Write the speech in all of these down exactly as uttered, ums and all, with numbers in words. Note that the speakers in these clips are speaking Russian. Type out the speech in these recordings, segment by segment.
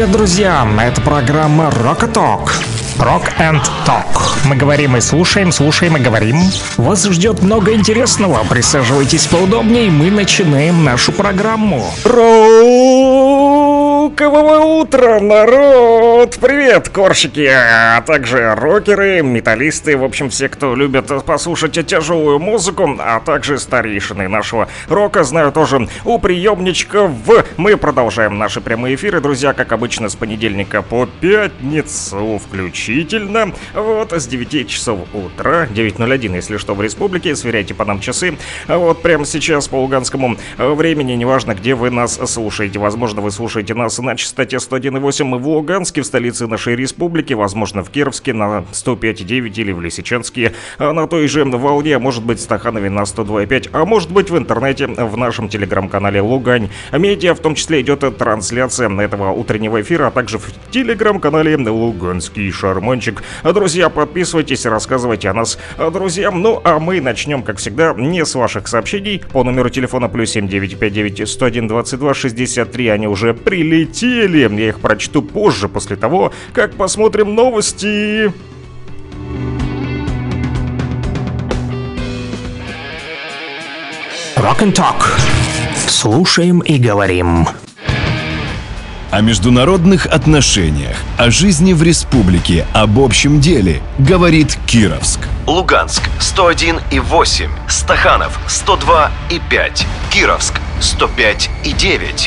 привет, друзья! Это программа Rock and Talk. Rock and Talk. Мы говорим и слушаем, слушаем и говорим. Вас ждет много интересного. Присаживайтесь поудобнее, мы начинаем нашу программу. Роковое утро, народ! Привет, корщики, а также рокеры, металлисты, в общем, все, кто любит послушать тяжелую музыку, а также старейшины нашего рока, знаю тоже у приемничков. Мы продолжаем наши прямые эфиры, друзья, как обычно, с понедельника по пятницу включительно. Вот, с девяти часов утра, девять ноль один, если что, в республике, сверяйте по нам часы. Вот, прямо сейчас по луганскому времени, неважно, где вы нас слушаете. Возможно, вы слушаете нас на частоте сто один и восемь в Луганске, в столице нашей республики, возможно, в Кировске на сто пять и девять или в Лисичанске на той же волне, может быть, в Стаханове на сто два и пять, а может быть, в интернете, в нашем телеграм-канале Лугань Медиа, в том числе идет трансляция этого утреннего эфира, а также в телеграм-канале Луганский Шарманчик. Друзья, подписывайтесь, рассказывайте о нас друзьям. Ну, а мы начнем, как всегда, не с ваших сообщений. По номеру телефона плюс семь девять пять девять сто один двадцать два шестьдесят три они уже прилетели. Я их прочту позже, после того, как посмотрим новости. Rock and Talk. Слушаем и говорим. О международных отношениях, о жизни в республике, об общем деле, говорит Кировск. Луганск сто один и восемь, Стаханов сто два и пять, Кировск сто пять и девять.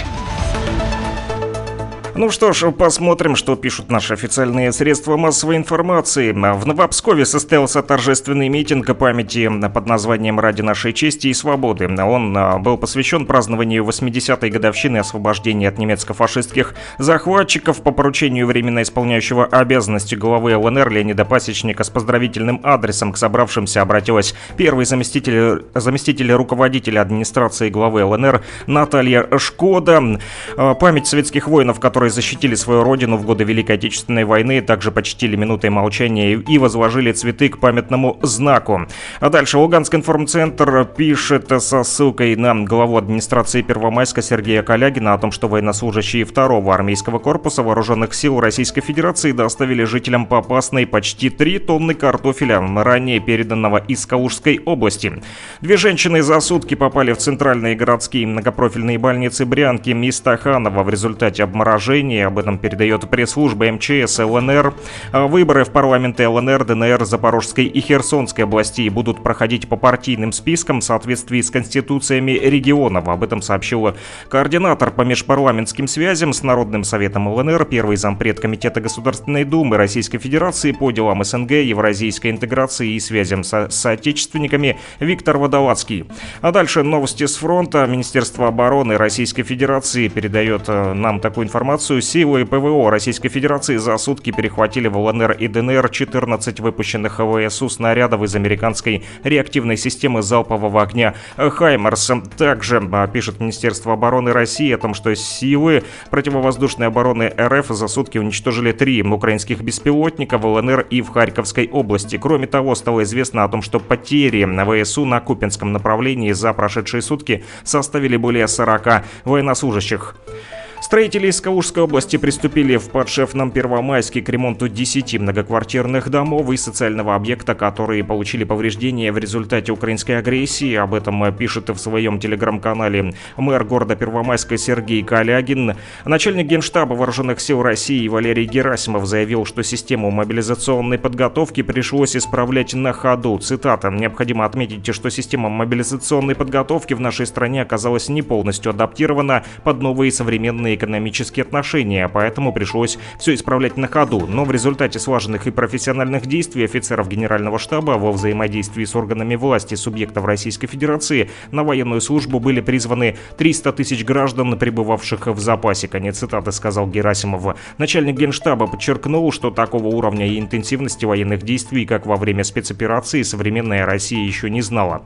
Ну что ж, посмотрим, что пишут наши официальные средства массовой информации. В Новопскове состоялся торжественный митинг памяти под названием «Ради нашей чести и свободы». Он был посвящен празднованию восьмидесятой годовщины освобождения от немецко-фашистских захватчиков. По поручению временно исполняющего обязанности главы ЛНР Леонида Пасечника с поздравительным адресом к собравшимся обратилась первый заместитель, заместитель руководителя администрации главы ЛНР Наталья Шкода. Память советских воинов, которые защитили свою родину в годы Великой Отечественной войны, также почтили минутой молчания и возложили цветы к памятному знаку. А дальше Луганский информцентр пишет со ссылкой на главу администрации Первомайска Сергея Калягина о том, что военнослужащие второго армейского корпуса Вооруженных сил Российской Федерации доставили жителям Попасной почти три тонны картофеля, ранее переданного из Калужской области. Две женщины за сутки попали в центральные городские многопрофильные больницы Брянки и Стаханова в результате обморожения. Об этом передает пресс-служба МЧС ЛНР. Выборы в парламенты ЛНР, ДНР, Запорожской и Херсонской областей будут проходить по партийным спискам в соответствии с конституциями регионов. Об этом сообщила координатор по межпарламентским связям с Народным советом ЛНР, первый зампред Комитета Государственной Думы Российской Федерации по делам СНГ, евразийской интеграции и связям со соотечественниками Виктор Водолацкий. А дальше новости с фронта. Министерство обороны Российской Федерации передает нам такую информацию. Силы ПВО Российской Федерации за сутки перехватили в ЛНР и ДНР четырнадцать выпущенных ВСУ снарядов из американской реактивной системы залпового огня «Хаймарс». Также пишет Министерство обороны России о том, что силы противовоздушной обороны РФ за сутки уничтожили три украинских беспилотника в ЛНР и в Харьковской области. Кроме того, стало известно о том, что потери ВСУ на Купянском направлении за прошедшие сутки составили более сорока военнослужащих. Строители из Калужской области приступили в подшефном Первомайске к ремонту десяти многоквартирных домов и социального объекта, которые получили повреждения в результате украинской агрессии. Об этом пишет в своем телеграм-канале мэр города Первомайска Сергей Калягин. Начальник Генштаба Вооруженных сил России Валерий Герасимов заявил, что систему мобилизационной подготовки пришлось исправлять на ходу. Цитата: «Необходимо отметить, что система мобилизационной подготовки в нашей стране оказалась не полностью адаптирована под новые современные экономические отношения, поэтому пришлось все исправлять на ходу. Но в результате слаженных и профессиональных действий офицеров Генерального штаба во взаимодействии с органами власти субъектов Российской Федерации на военную службу были призваны триста тысяч граждан, пребывавших в запасе». Конец цитаты, сказал Герасимов. Начальник Генштаба подчеркнул, что такого уровня и интенсивности военных действий, как во время спецоперации, современная Россия еще не знала.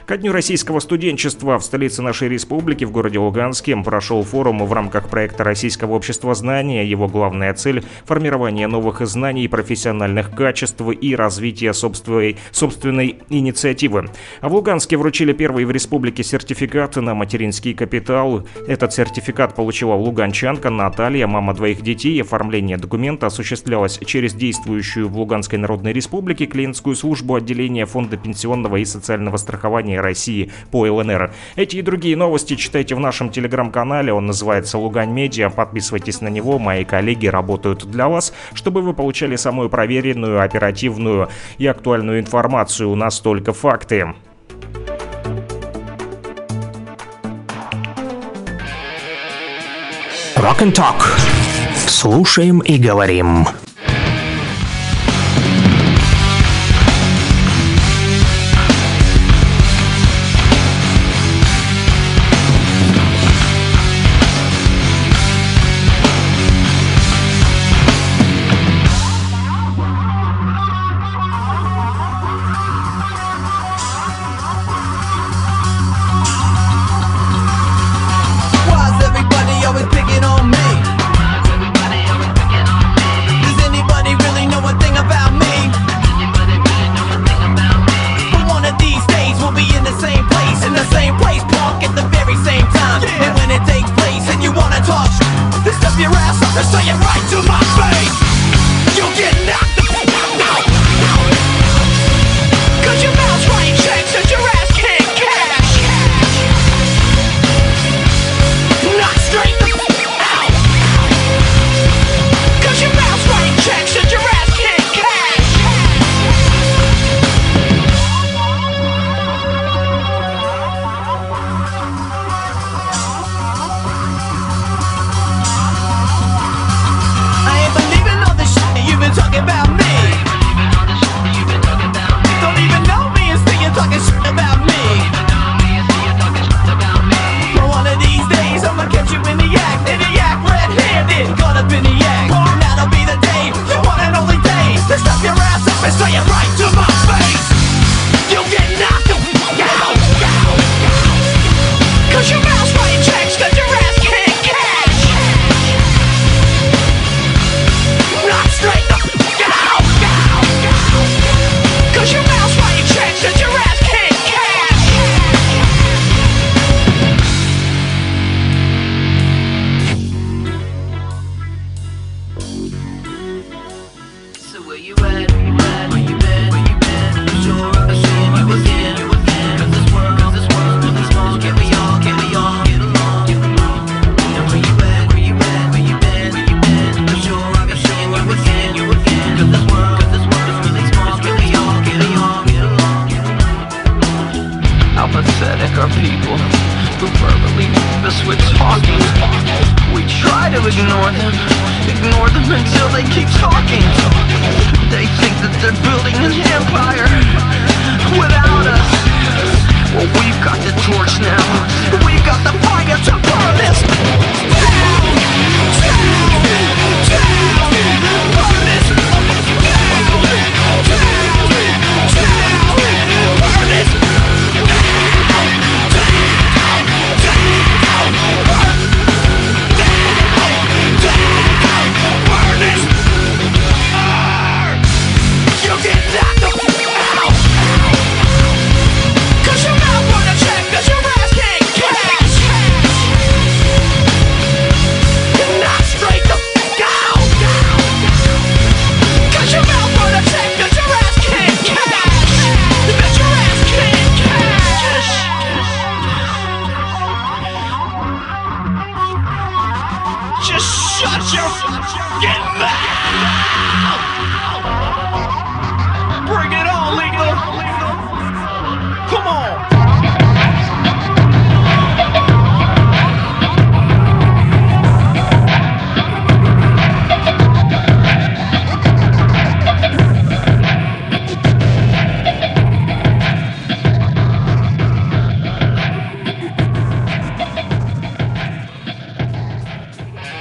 Ко дню российского студенчества в столице нашей республики, в городе Луганске, прошел форум в рамках проекта Российского общества знания. Его главная цель – формирование новых знаний, профессиональных качеств и развитие собственной, собственной инициативы. А в Луганске вручили первый в республике сертификат на материнский капитал. Этот сертификат получила луганчанка Наталья, мама двоих детей. Оформление документа осуществлялось через действующую в Луганской Народной Республике клиентскую службу отделения Фонда пенсионного и социального страхования России по ЛНР. Эти и другие новости читайте в нашем телеграм-канале, он называется Лугань Медиа. Подписывайтесь на него, мои коллеги работают для вас, чтобы вы получали самую проверенную, оперативную и актуальную информацию. У нас только факты. Rock and Talk. Слушаем и говорим.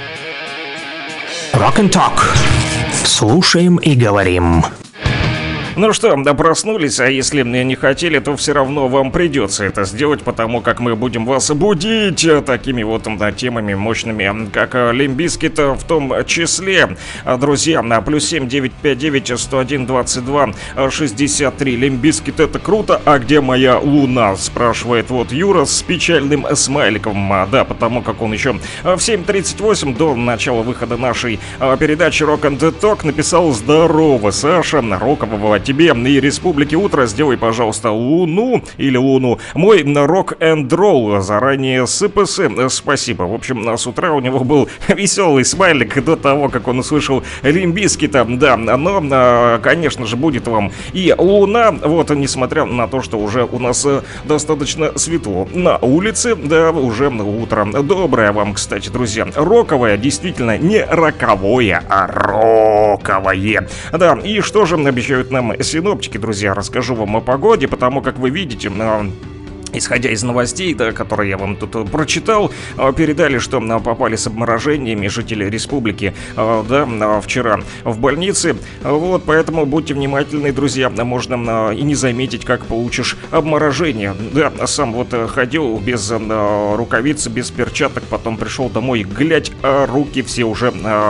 Rock and Talk. Слушаем и говорим. Ну что, да, проснулись, а если не хотели, то все равно вам придется это сделать, потому как мы будем вас будить такими вот, да, темами мощными, как Limp Bizkit в том числе. Друзья, на плюс семь девять пять девять сто один двадцать два шестьдесят три. Limp Bizkit — это круто, а где моя луна? Спрашивает вот Юра с печальным смайликом. Да, потому как он еще в семь тридцать восемь до начала выхода нашей передачи Rock and Talk написал: здорово, Саша, рокового тебе и республики утро, сделай, пожалуйста, луну или луну, мой рок-энд-ролл, заранее с ПС, спасибо. В общем, с утра у него был веселый смайлик до того, как он услышал Limp Bizkit, да, но, конечно же, будет вам и луна, вот, несмотря на то, что уже у нас достаточно светло на улице, да, уже утро. Доброе вам, кстати, друзья. Роковое, действительно, не роковое, а роковое. Да, и что же обещают нам синоптики, друзья? Расскажу вам о погоде, потому как вы видите... Исходя из новостей, да, которые я вам тут прочитал, передали, что попали с обморожениями жители республики, да, вчера в больнице. Вот, поэтому будьте внимательны, друзья, можно и не заметить, как получишь обморожение. Да, сам вот ходил без рукавиц, без перчаток, потом пришел домой, глядь, а руки все уже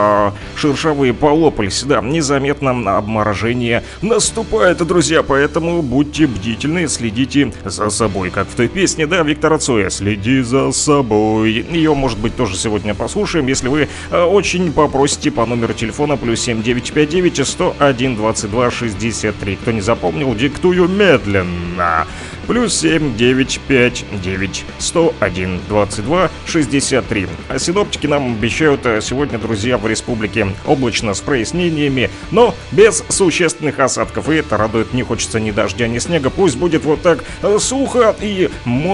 шершавые полопались. Да, незаметно обморожение наступает, друзья, поэтому будьте бдительны, следите за собой, как в той песне, да, Виктора Цоя «Следи за собой». Ее, может быть, тоже сегодня послушаем, если вы э, очень попросите по номеру телефона плюс семь девять пять девять сто один двадцать два шестьдесят три. Кто не запомнил, диктую медленно. Плюс семь девять пять девять сто один двадцать два шестьдесят три. А синоптики нам обещают сегодня, друзья, в республике облачно с прояснениями, но без существенных осадков. И это радует, не хочется ни дождя, ни снега. Пусть будет вот так сухо и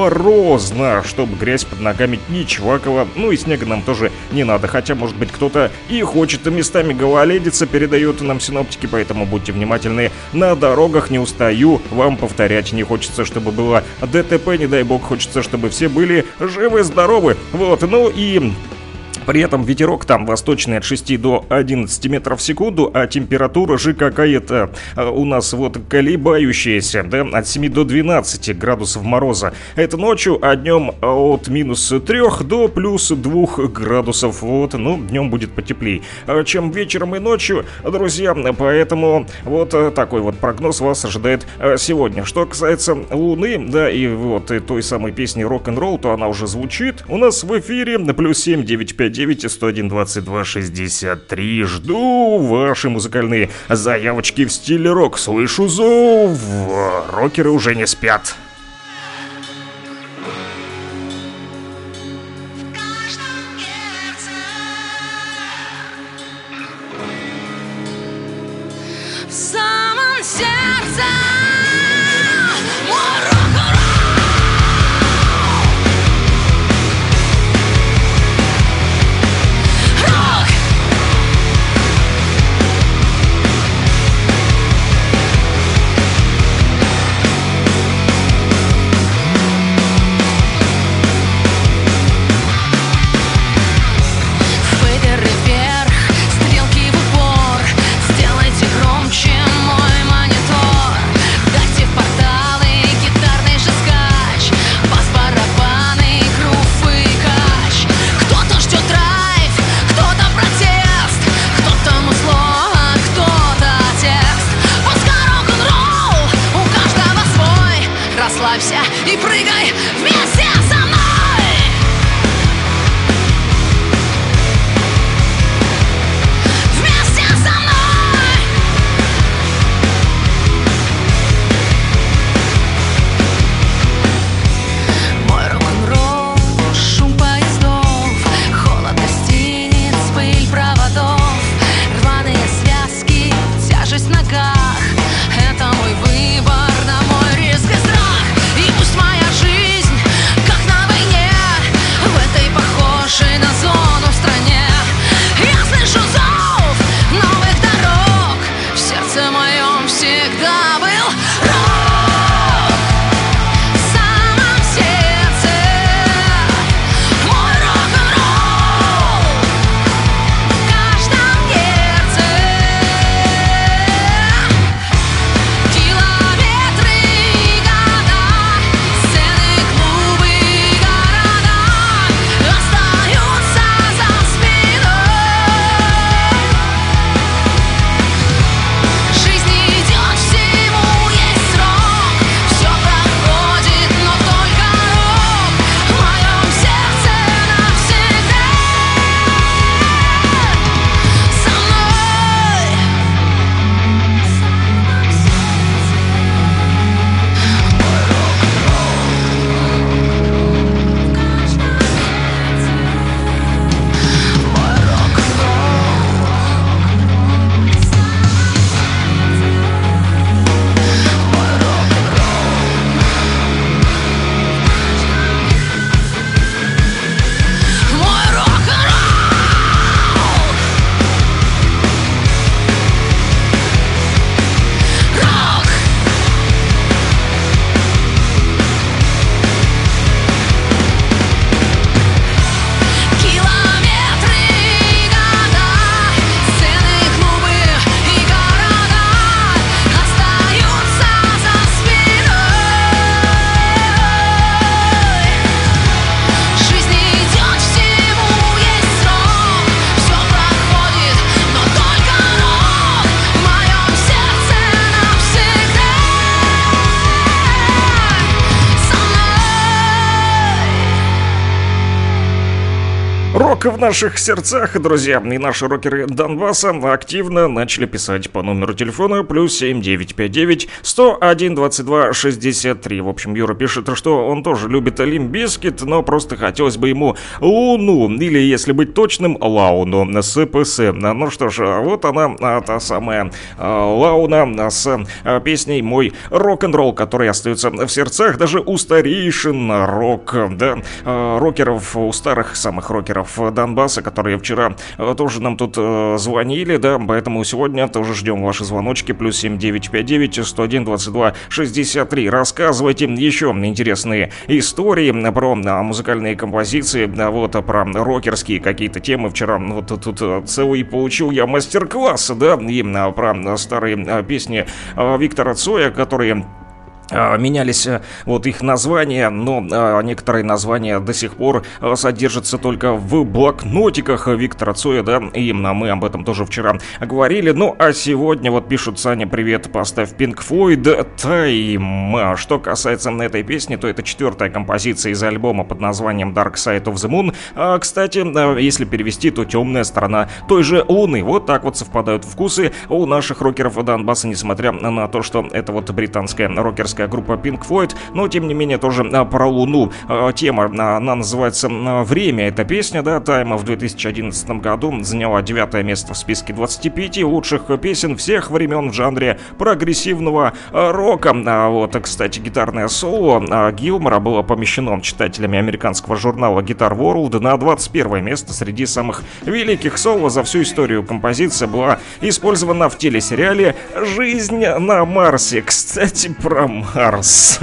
морозно, чтобы грязь под ногами не чвакала. Ну и снега нам тоже не надо. Хотя, может быть, кто-то и хочет местами гололедица, передают нам синоптики, поэтому будьте внимательны на дорогах. Не устаю вам повторять, не хочется, чтобы чтобы было ДТП, не дай бог, хочется, чтобы все были живы-здоровы. Вот, ну и... При этом ветерок там восточный от шести до одиннадцати метров в секунду, а температура же какая-то у нас вот колебающаяся, да, от семи до двенадцати градусов мороза. Это ночью, а днем от минус трех до плюс двух градусов. Вот, ну, днем будет потеплее, чем вечером и ночью, друзья. Поэтому вот такой вот прогноз вас ожидает сегодня. Что касается Луны, да, и вот и той самой песни рок-н-ролл, то она уже звучит у нас в эфире. Плюс семь девять пять девять сто один двадцать два шестьдесят три. Жду ваши музыкальные заявочки в стиле рок. Слышу зов. Рокеры уже не спят. В самом сердце и прыгай вместе со мной. Вместе со мной. Мой рок-н-ролл, шум поездов, холод гостиниц, пыль проводов, рваные связки, тяжесть в ногах. Это мой выбор, на мой риск и страх. И пусть моя жизнь, как на войне, в этой похожей на зону в стране. Я слышу зов новых дорог, в сердце моем всегда был рок. В самом сердце мой рок-н-ролл, в каждом герце. Рок в наших сердцах, друзья. И наши рокеры Донбасса активно начали писать по номеру телефона плюс семь девять пять девять сто один двадцать два шестьдесят три. В общем, Юра пишет, что он тоже любит Лимп Бизкит, но просто хотелось бы ему Луну, или, если быть точным, Лауну с ПС. Ну что ж, вот она, та самая Лауна с песней «Мой рок-н-ролл», который остается в сердцах даже у старейшин рок, да, рокеров, у старых самых рокеров Донбасса, которые вчера тоже нам тут звонили, да, поэтому сегодня тоже ждем ваши звоночки, плюс семь девять пять девять сто один двадцать два шестьдесят три. Рассказывайте еще интересные истории про музыкальные композиции, вот, про рокерские какие-то темы. Вчера вот тут целый получил я мастер-класс, да, и про старые песни Виктора Цоя, которые менялись вот их названия, но а, некоторые названия до сих пор а, содержатся только в блокнотиках Виктора Цоя, да, и а, мы об этом тоже вчера говорили. Ну, а сегодня вот пишут: Саня, привет, поставь Pink Floyd Time. Что касается этой песни, то это четвертая композиция из альбома под названием Dark Side of the Moon. А, кстати, а, если перевести, то темная сторона той же Луны. Вот так вот совпадают вкусы у наших рокеров Донбасса, несмотря на то, что это вот британская рокерская группа Pink Floyd, но тем не менее тоже а, про Луну а, тема. А, она называется а, «Время». Эта песня, да, Тайма в две тысячи одиннадцатом году заняла девятое место в списке двадцати пяти лучших песен всех времен в жанре прогрессивного а, рока. А, вот, кстати, гитарное соло а, Гилмора было помещено читателями американского журнала Guitar World на двадцать первое место среди самых великих соло за всю историю. Композиция была использована в телесериале «Жизнь на Марсе». Кстати, про Марс.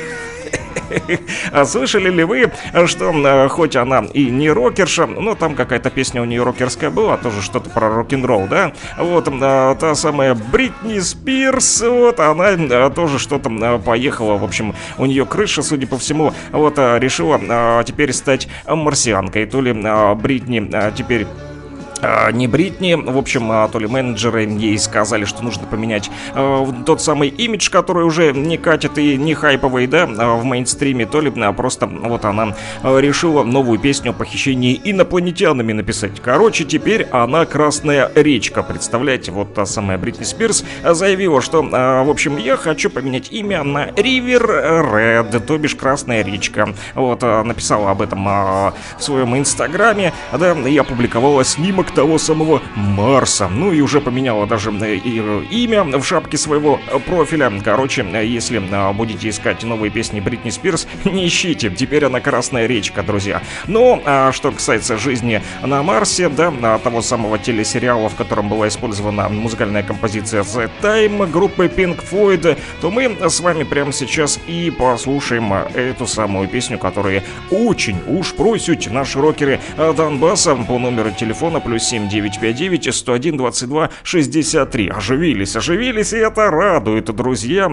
А слышали ли вы, что хоть она и не рокерша, но там какая-то песня у нее рокерская была, тоже что-то про рок-н-ролл, да? Вот та самая Бритни Спирс, вот она тоже что-то поехала, в общем, у нее крыша, судя по всему, вот решила теперь стать марсианкой. То ли Бритни теперь... не Бритни, в общем, то ли менеджеры ей сказали, что нужно поменять э, тот самый имидж, который уже не катит и не хайповый, да, в мейнстриме, то ли а, просто вот она э, решила новую песню о похищении инопланетянами написать. Короче, теперь она Красная речка, представляете, вот та самая Бритни Спирс заявила, что, э, в общем, я хочу поменять имя на River Red, то бишь Красная речка. Вот, э, написала об этом э, в своем инстаграме, да, и опубликовала снимок того самого Марса. Ну и уже поменяла даже имя в шапке своего профиля. Короче, если будете искать новые песни Бритни Спирс, не ищите. Теперь она Красная речка, друзья. Ну, а что касается жизни на Марсе, да, того самого телесериала, в котором была использована музыкальная композиция The Time группы Pink Floyd, то мы с вами прямо сейчас и послушаем эту самую песню, которую очень уж просят наши рокеры Донбасса по номеру телефона плюс семь девять пять девять сто один двадцать два шестьдесят три. Оживились, оживились, и это радует, друзья.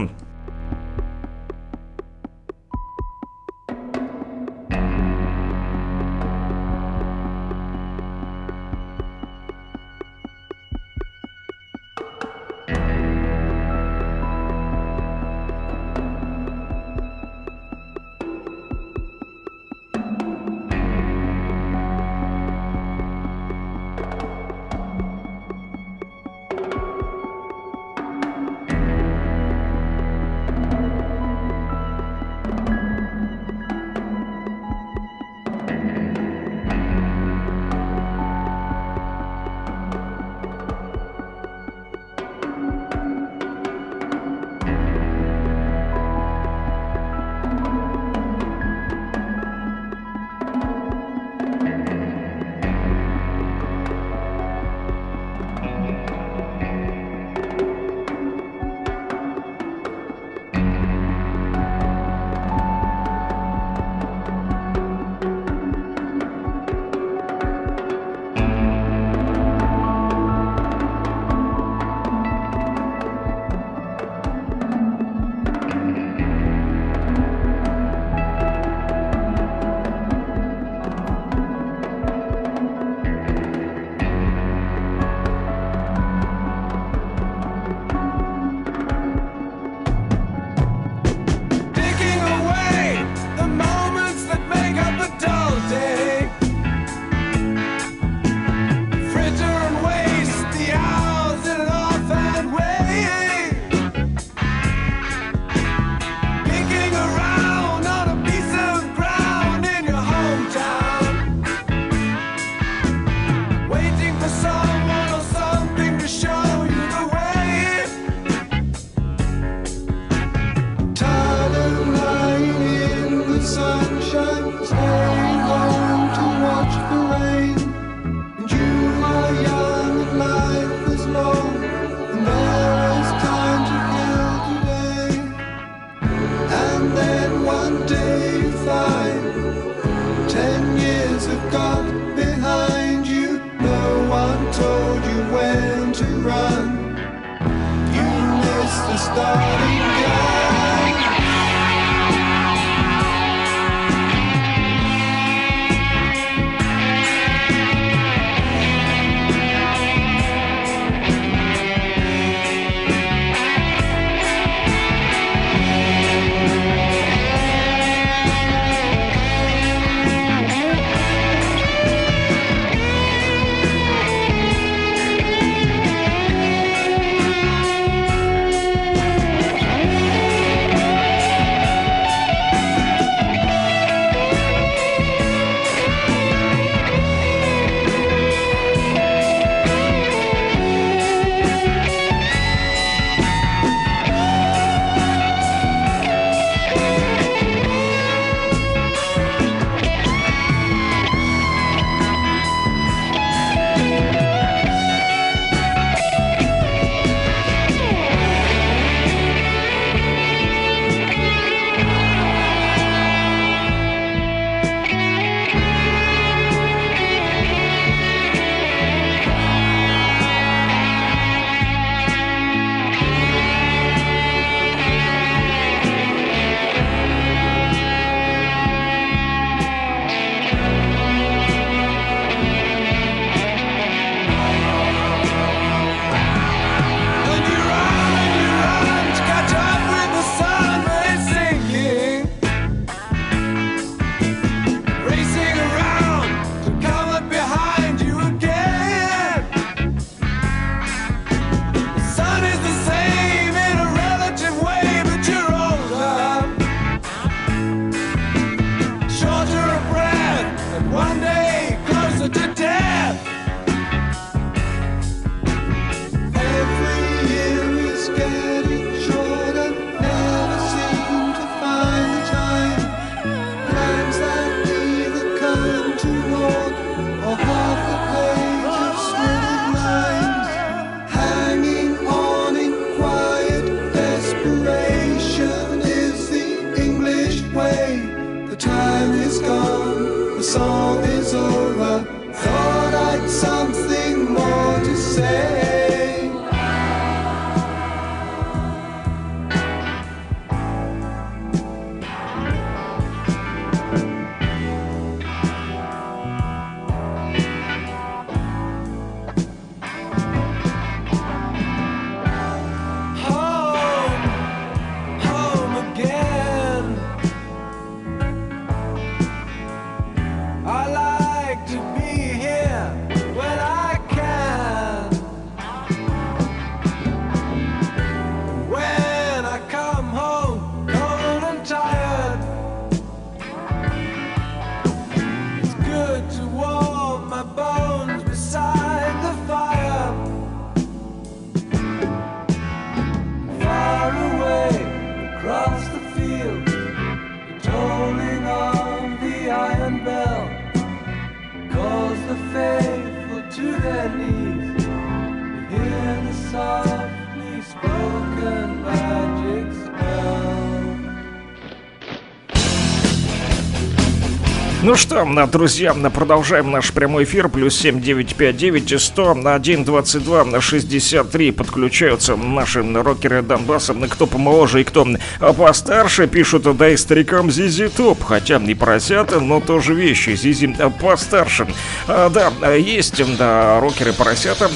Ну что, друзья, продолжаем наш прямой эфир. Плюс семь девять пять девять сто один двадцать два шестьдесят три. Подключаются наши рокеры Донбасса. Кто помоложе и кто постарше. Пишут, да и старикам Зизи топ. Хотя не поросята, но тоже вещи. Зизи постарше. А, да, есть, да, рокеры-поросята.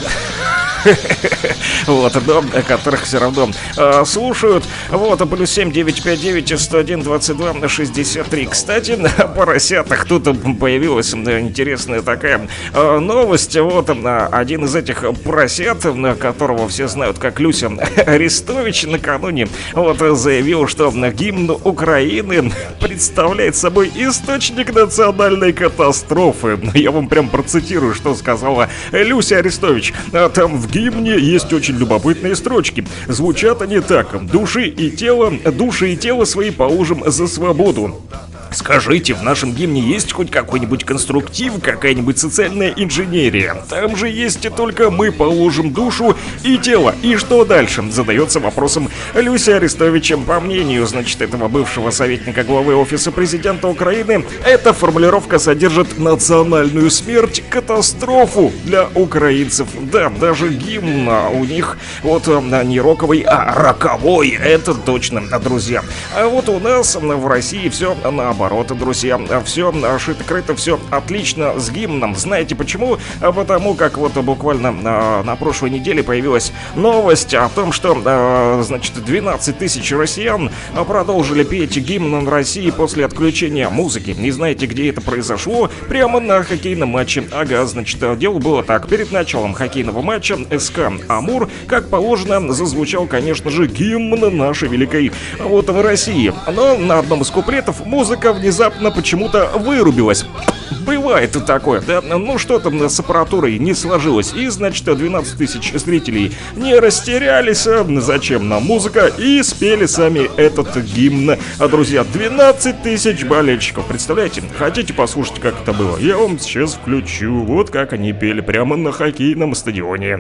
Вот, но которых все равно э, слушают. Вот, плюс семь девять пять девять сто один двадцать два шестьдесят три. Кстати, на поросятах тут появилась интересная такая э, новость. Вот э, один из этих поросят, которого все знают как Люся Арестович, накануне вот заявил, что гимн Украины представляет собой источник национальной катастрофы. Я вам прям процитирую, что сказала Люся Арестович. Там в гимне есть очень любопытные строчки. Звучат они так: души и тело, души и тело свои положим за свободу. Скажите, в нашем гимне есть хоть какой-нибудь конструктив, какая-нибудь социальная инженерия? Там же есть только мы положим душу и тело. И что дальше? Задается вопросом Люся Арестовича. По мнению, значит, этого бывшего советника главы Офиса президента Украины, эта формулировка содержит национальную смерть, катастрофу для украинцев. Да, даже гимн у них вот не роковый, а роковой. Это точно, друзья. А вот у нас в России все наоборот, друзья. Все шито-крыто, все отлично с гимном. Знаете почему? Потому как вот буквально на, на прошлой неделе появилась новость о том, что, значит, двенадцать тысяч россиян продолжили петь гимн России после отключения музыки. Не знаете, где это произошло? Прямо на хоккейном матче. Ага, значит, дело было так. Перед началом хоккейного матча СК «Амур», как положено, зазвучал, конечно же, гимн нашей великой вот в России. Но на одном из куплетов музыка внезапно почему-то вырубилась. Бывает и такое, да? Ну что там с аппаратурой не сложилось. И, значит, двенадцать тысяч зрителей не растерялись. Зачем нам музыка? И спели сами этот гимн. А, друзья, двенадцать тысяч болельщиков. Представляете? Хотите послушать, как это было? Я вам сейчас включу. Вот как они пели прямо на хоккейном стадионе.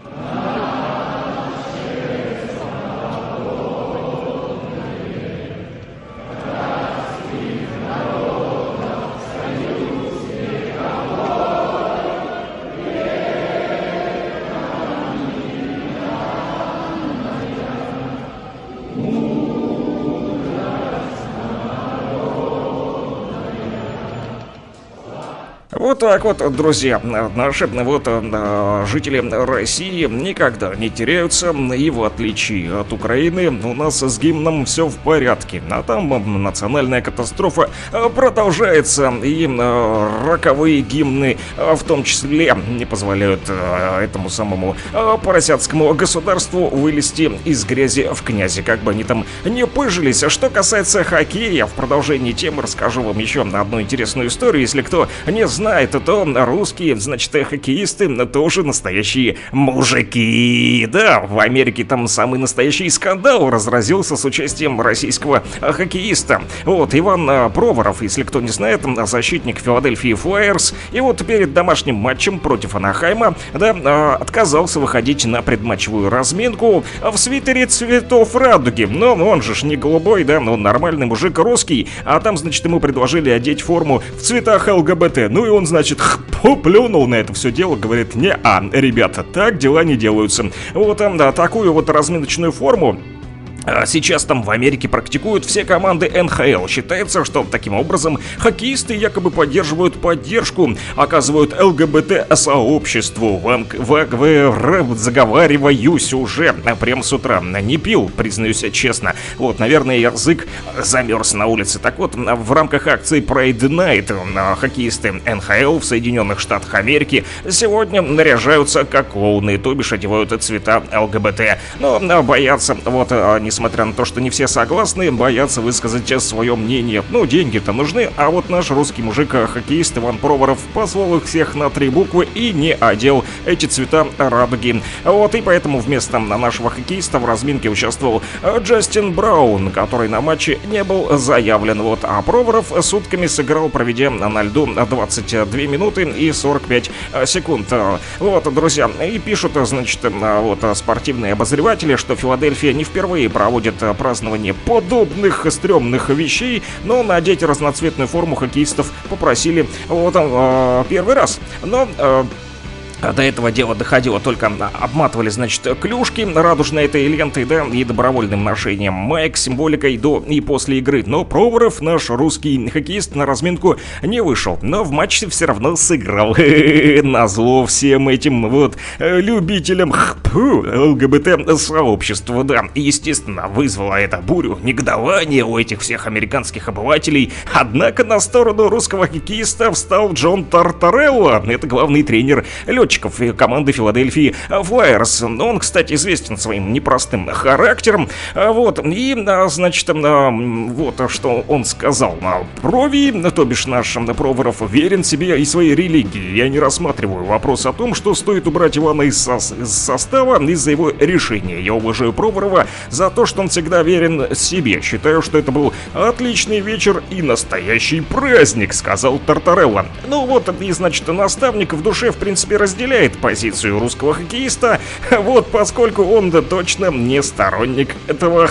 Вот так вот, друзья, наши вот э, жители России никогда не теряются, и в отличие от Украины у нас с гимном все в порядке, а там национальная катастрофа продолжается, и э, роковые гимны в том числе не позволяют э, этому самому э, поросятскому государству вылезти из грязи в князи, как бы они там не пыжились. А что касается хоккея, в продолжении темы расскажу вам еще одну интересную историю, если кто не знает, это то русские, значит, хоккеисты тоже настоящие мужики. Да, в Америке там самый настоящий скандал разразился с участием российского хоккеиста. Вот, Иван Проворов, если кто не знает, защитник Филадельфии Флайерс. И вот перед домашним матчем против Анахайма, да, отказался выходить на предматчевую разминку в свитере цветов радуги. Но он же ж не голубой, да, он нормальный мужик русский. А там, значит, ему предложили одеть форму в цветах ЛГБТ. Ну и он, значит, плюнул на это все дело, говорит: не-а, ребята, так дела не делаются. Вот, да, такую вот разминочную форму сейчас там в Америке практикуют все команды эн ха эл. Считается, что таким образом хоккеисты якобы поддерживают поддержку, оказывают ЛГБТ-сообществу. В, в, в, заговариваюсь уже прям с утра. Не пил, признаюсь честно. Вот, наверное, язык замерз на улице. Так вот, в рамках акции Pride Night хоккеисты эн ха эл в Соединенных Штатах Америки сегодня наряжаются как клоуны, то бишь одевают цвета ЛГБТ. Но боятся, вот, не несмотря на то, что не все согласны, боятся высказать свое мнение. Ну, деньги-то нужны, а вот наш русский мужик-хоккеист Иван Проворов позвал их всех на три буквы и не одел эти цвета радуги. Вот, и поэтому вместо нашего хоккеиста в разминке участвовал Джастин Браун, который на матче не был заявлен. Вот, а Проворов сутками сыграл, проведя на льду двадцать две минуты и сорок пять секунд. Вот, друзья, и пишут, значит, вот спортивные обозреватели, что Филадельфия не впервые проводит празднование подобных стрёмных вещей, но надеть разноцветную форму хоккеистов попросили вот э, первый раз. Но э, до этого дела доходило только обматывали, значит, клюшки радужной этой лентой, да, и добровольным ношением маек с символикой до и после игры. Но Проворов, наш русский хоккеист, на разминку не вышел, но в матче все равно сыграл. Назло всем этим вот любителям ЛГБТ-сообщества, да. И, естественно, вызвало это бурю негодования у этих всех американских обывателей. Однако на сторону русского хоккеиста встал Джон Тартарелло. Это главный тренер летчиков болельщиков команды Филадельфии Флайерс. Он, кстати, известен своим непростым характером. Вот, и, значит, вот что он сказал. Прови, то бишь наш Проворов, верен себе и своей религии. Я не рассматриваю вопрос о том, что стоит убрать Ивана из, со- из состава из-за его решения. Я уважаю Проворова за то, что он всегда верен себе. Считаю, что это был отличный вечер и настоящий праздник, сказал Тартарелла. Ну вот, и, значит, наставник в душе, в принципе, разделяет позицию русского хоккеиста. Вот, поскольку он да точно не сторонник этого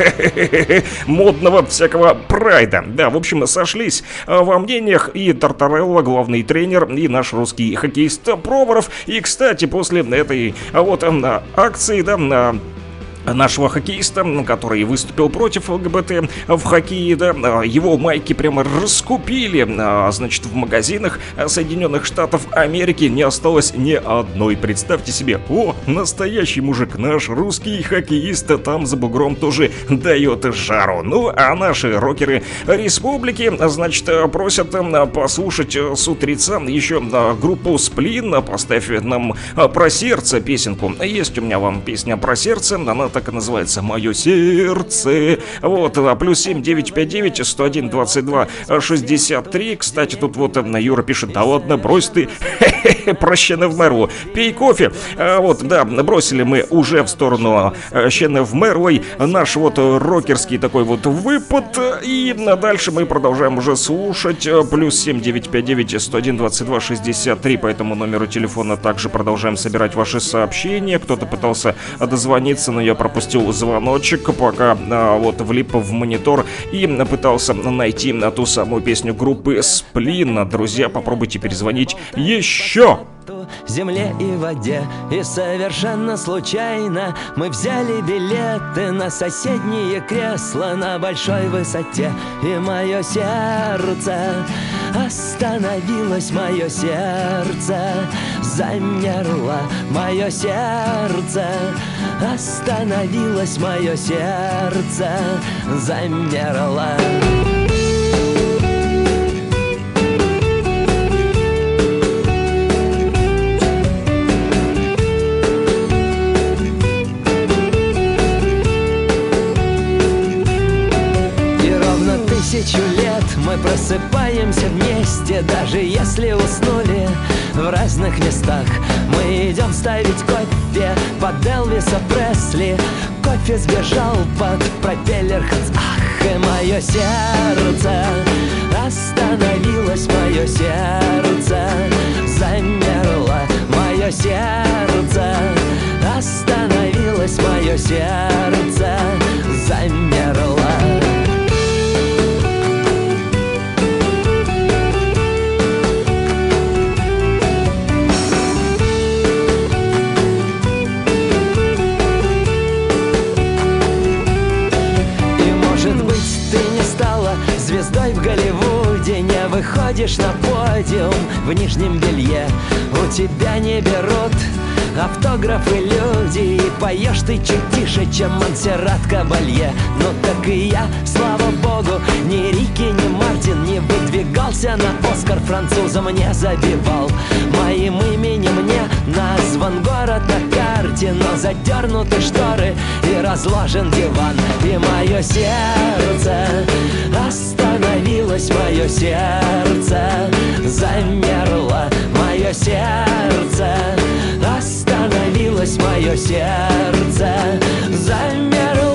модного всякого прайда. Да, в общем, сошлись во мнениях и Тартарелла, главный тренер, и наш русский хоккеист Проворов. И, кстати, после этой вот акции, да, нашего хоккеиста, который выступил против ЛГБТ в хоккее, да, его майки прямо раскупили, значит, в магазинах Соединенных Штатов Америки не осталось ни одной. Представьте себе, о, настоящий мужик, наш русский хоккеист там за бугром тоже дает жару. Ну, а наши рокеры республики, значит, просят послушать с утреца еще группу Сплин. Поставь нам про сердце песенку. Есть у меня вам песня про сердце, она так и называется, «Мое сердце». Вот, плюс семь девять пять девять сто один двадцать два шестьдесят три. Кстати, тут вот Юра пишет: да ладно, брось ты, про щены в мэру, пей кофе. Вот, да, бросили мы уже в сторону щены в мэрлой наш вот рокерский такой вот выпад. И дальше мы продолжаем уже слушать. Плюс семь девять пять девять сто один двадцать два шестьдесят три. По этому номеру телефона также продолжаем собирать ваши сообщения. Кто-то пытался дозвониться, но я пропустил звоночек, пока а, вот влип в монитор и пытался найти на ту самую песню группы Сплин. Друзья, попробуйте перезвонить еще. Земле и воде, и совершенно случайно мы взяли билеты на соседнее кресло на большой высоте. И мое сердце остановилось, мое сердце замерло, мое сердце остановилось, мое сердце замерло. Тысячу лет мы просыпаемся вместе, даже если уснули в разных местах. Мы идем ставить кофе под Элвиса Пресли. Кофе сбежал под пропеллер Ханс. Ах, и мое сердце остановилось, мое сердце замерло, мое сердце остановилось, мое сердце замерло. Звездой в Голливуде, не выходишь на подиум в нижнем белье. У тебя не берут автографы люди, и поешь ты чуть тише, чем Монсеррат Кабалье. Ну так и я, слава богу, ни Рики, ни Мартин не выдвигался на Оскар, французом не забивал. Моим именем не назван город на карте, но задернуты шторы и разложен диван. И мое сердце остановилось, мое сердце замерло, мое сердце остановилось, мое сердце замерло.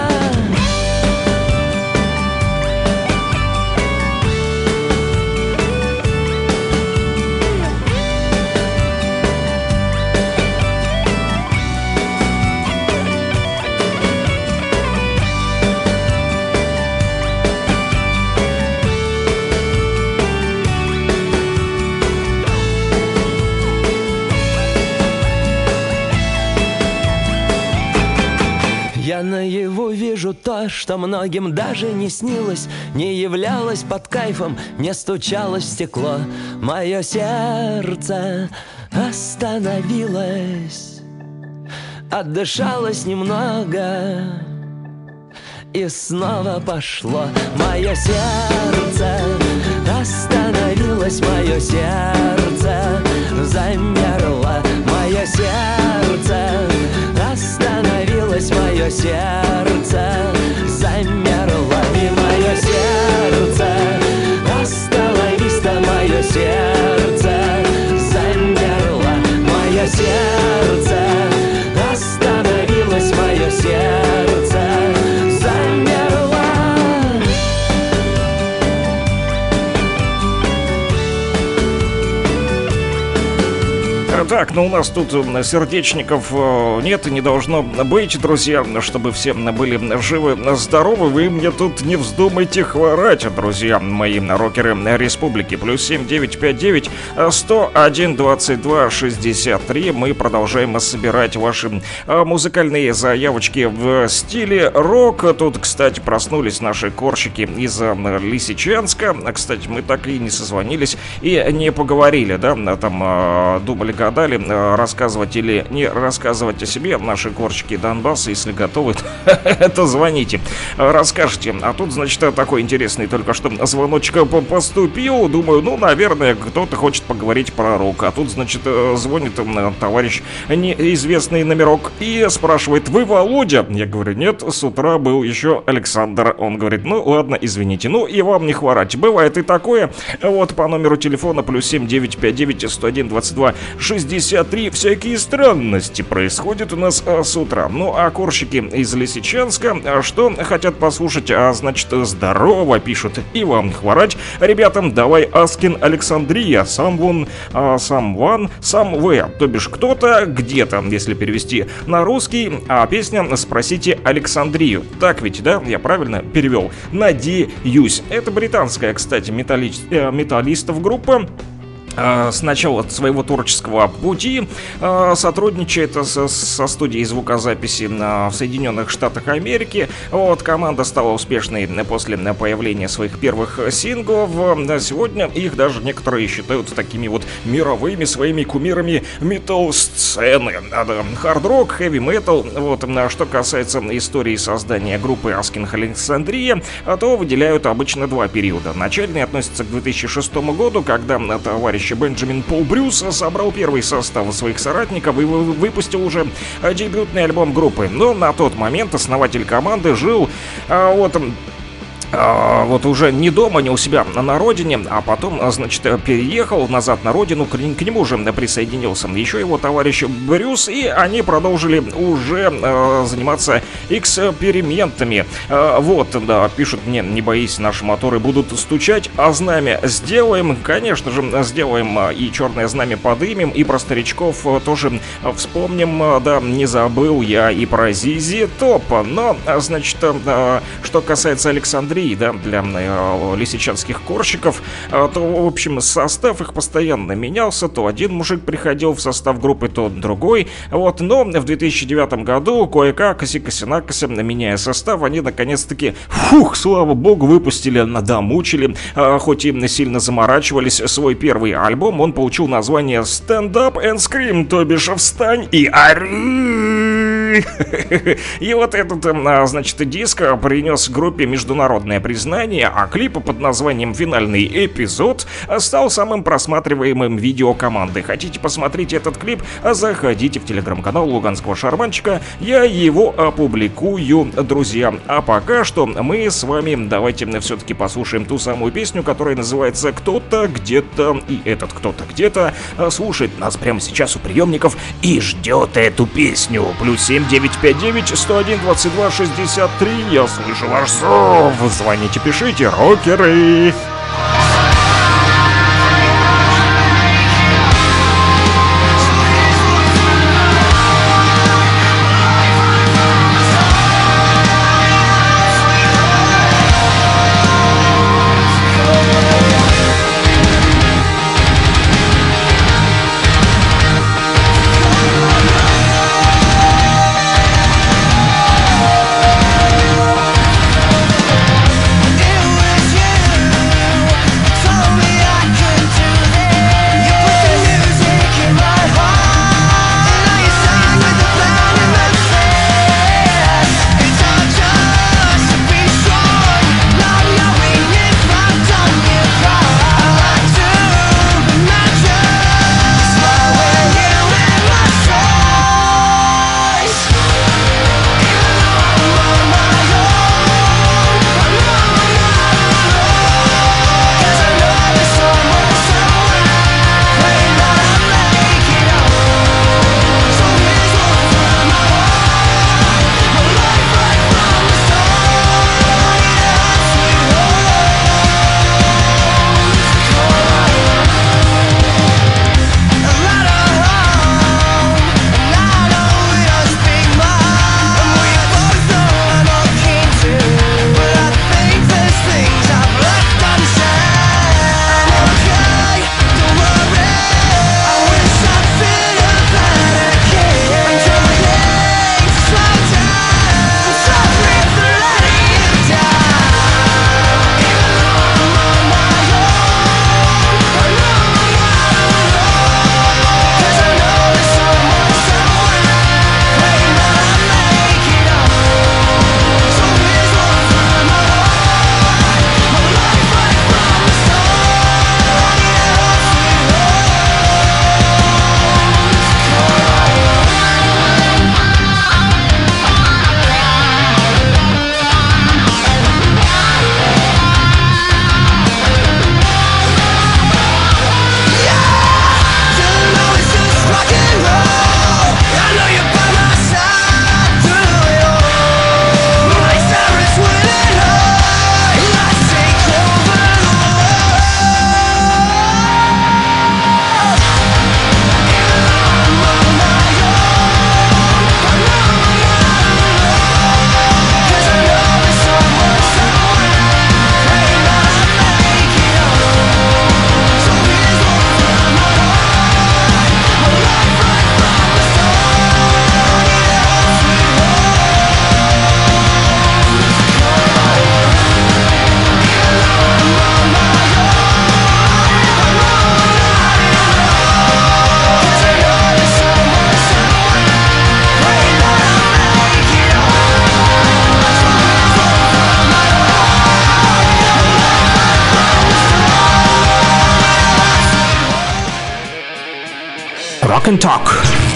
Я наяву вижу то, что многим даже не снилось, не являлось под кайфом, не стучалось в стекло. Мое сердце остановилось, отдышалось немного и снова пошло. Мое сердце Остановилось мое сердце, замерло мое сердце. Остановилось мое сердце, замерло и мое сердце. Остановись-то мое сердце, замерло мое сердце. Остановилось мое сердце, замерло. Так, ну у нас тут сердечников э, нет и не должно быть, друзья, чтобы все были живы, здоровы. Вы мне тут не вздумайте хворать, друзья мои, рокеры республики. Плюс семь девять пять девять сто один двадцать два шестьдесят три. Мы продолжаем собирать ваши э, музыкальные заявочки в стиле рок. Тут, кстати, проснулись наши корщики из э, Лисичанска. Кстати, мы так и не созвонились и не поговорили, да, там э, думали, гадали, рассказывать или не рассказывать о себе. Наши корчики Донбасса, если готовы, то звоните, расскажите. А тут, значит, такой интересный только что звоночек поступил. Думаю, ну, наверное, кто-то хочет поговорить про рок. А тут, значит, звонит товарищ, неизвестный номерок, и спрашивает: вы Володя? Я говорю: нет, с утра был еще Александр. Он говорит: ну, ладно, извините, ну и вам не хворать. Бывает и такое. Вот по номеру телефона плюс семь девять пять девять сто один двадцать два шестьдесят три. Всякие странности происходят у нас а, с утра. Ну, а корщики из Лисичанска, а, что хотят послушать? А, значит, здорово, пишут, и вам не хворать. Ребятам, давай Аскин Александрия, Someone, а, Someone, Somewhere, то бишь кто-то, где-то, если перевести на русский. А песня «Спросите Александрию». Так ведь, да? Я правильно перевел? Надеюсь. Это британская, кстати, металли... э, металлистов группа. С начала своего творческого пути сотрудничает со, со студией звукозаписи в Соединенных Штатах Америки. Вот, команда стала успешной после появления своих первых синглов. Сегодня их даже некоторые считают такими вот мировыми своими кумирами метал-сцены. Хард-рок, хэви-метал. Вот, что касается истории создания группы Asking Alexandria, то выделяют обычно два периода. Начальный относится к две тысячи шестому году, когда товарищ Бенджамин Пол Брюс собрал первый состав своих соратников и выпустил уже дебютный альбом группы. Но на тот момент основатель команды жил а, вот... вот уже не дома, не у себя на родине, а потом, значит, переехал назад на родину, к, к нему же присоединился еще его товарищ Брюс, и они продолжили уже э, заниматься экспериментами. Э, вот, да, пишут мне: не боись, наши моторы будут стучать, а знамя сделаем. Конечно же, сделаем, и черное знамя подымем, и про старичков тоже вспомним. Да, не забыл я и про Зизи Топ. Но, значит, э, что касается Александрии, да, для э, лисичанских корщиков, э, то, в общем, состав их постоянно менялся. То один мужик приходил в состав группы, то другой. Вот, но в две тысячи девятом году кое-как, коси-коси-накоси, меняя состав, они наконец-таки, фух, слава богу, выпустили, домучили, э, хоть и сильно заморачивались, свой первый альбом. Он получил название Stand Up and Scream, то бишь встань и ори. И вот этот, значит, диск принес группе международное признание, а клип под названием «Финальный эпизод» стал самым просматриваемым видео команды. Хотите посмотреть этот клип? Заходите в телеграм-канал Луганского Шарманщика, я его опубликую, друзья. А пока что мы с вами давайте все-таки послушаем ту самую песню, которая называется «Кто-то где-то», и этот кто-то где-то слушает нас прямо сейчас у приемников и ждет эту песню. Плюс семь девять пять девять сто один двадцать два шестьдесят три. Я слышу ваш зов. Звоните, пишите, рокеры. It was you Rock and Talk.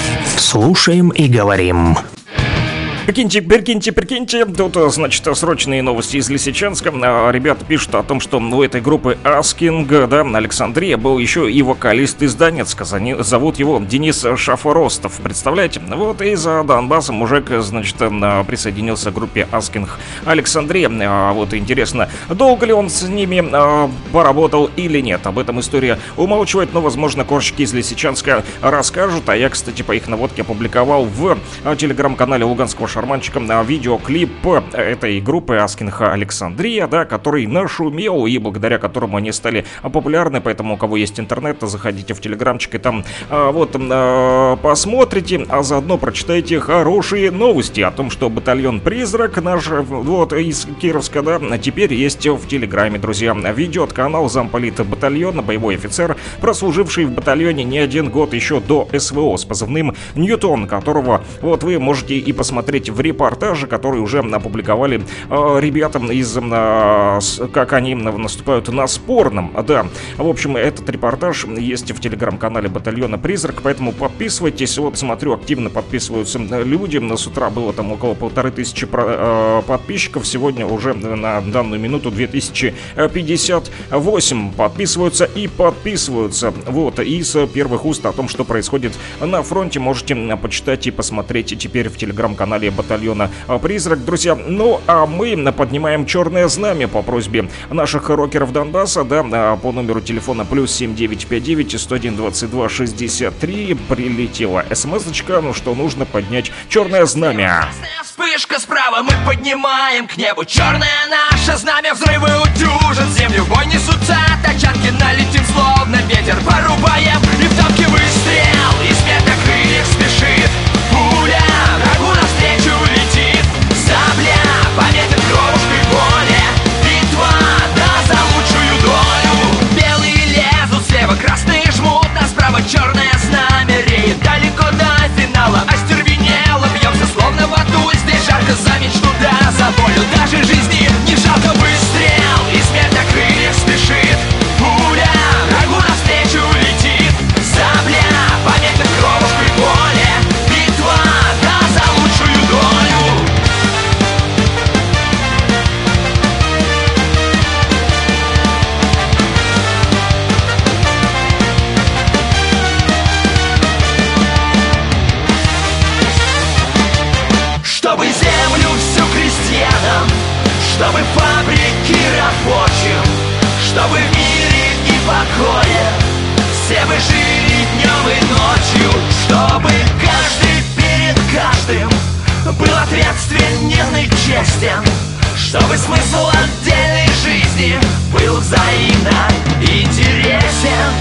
Слушаем и говорим. Прикиньте, прикиньте, прикиньте, тут, значит, срочные новости из Лисичанска. Ребята пишут о том, что у этой группы Asking, да, Александрия, был еще и вокалист из Донецка. Зовут его Денис Шафоростов. Представляете? Вот из-за Донбасса мужик, значит, присоединился к группе Asking Александрия. Вот интересно, долго ли он с ними поработал или нет. Об этом история умалчивает, но, возможно, корщики из Лисичанска расскажут. А я, кстати, по их наводке опубликовал в телеграм-канале Луганского шарманчика на видеоклип этой группы Asking Александрия, да, который нашумел и благодаря которому они стали популярны. Поэтому, у кого есть интернет, заходите в телеграмчик и там а, вот а, посмотрите, а заодно прочитайте хорошие новости о том, что батальон «Призрак» наш вот из Кировска, да, теперь есть в телеграме, друзья. Ведет канал замполита батальона, боевой офицер, прослуживший в батальоне не один год еще до СВО с позывным «Ньютон», которого вот вы можете и посмотреть в репортаже, который уже опубликовали э, ребятам из, э, с, как они наступают на Спорном. Да, в общем, этот репортаж есть в телеграм-канале батальона «Призрак», поэтому подписывайтесь. Вот смотрю, активно подписываются люди. С утра было там около полторы тысячи э, подписчиков. Сегодня уже на данную минуту две тысячи пятьдесят восемь подписываются и подписываются. Вот, из первых уст о том, что происходит на фронте, можете почитать и посмотреть теперь в телеграм-канале батальона «Призрак», друзья. Ну, а мы поднимаем черное знамя по просьбе наших рокеров Донбасса, да, по номеру телефона плюс семь девять пять девять сто один двадцать два шестьдесят три прилетела смс-очка, ну, что нужно поднять черное знамя. Вспышка справа, мы поднимаем к небу черное наше знамя. Взрывы утюжат землю, в бой несутся тачанки. Налетим словно ветер, порубаем, и в танке выстрел, и смерть на крыльях спешит. Пуля врагу навстречу летит, сабля пометит кровушкой боли. Битва, да, за лучшую долю. Белые лезут слева, красные жмут, а справа черное знамя реет. Далеко до финала, остервенело бьемся словно в аду. Здесь жарко за мечту, да, за волю. Даже жизни не жалко, выстрел, и смерть на крыльях спешит. Пуля врагу навстречу летит, сабля пометит кровушкой боли. Битва, да, за лучшую долю. Чтобы землю всю крестьянам, чтобы фабрики рабочим, чтобы в мире и покое все вы жили днем и ночью, чтобы каждый перед каждым был ответственен и честен, чтобы смысл отдельной жизни был взаимно интересен.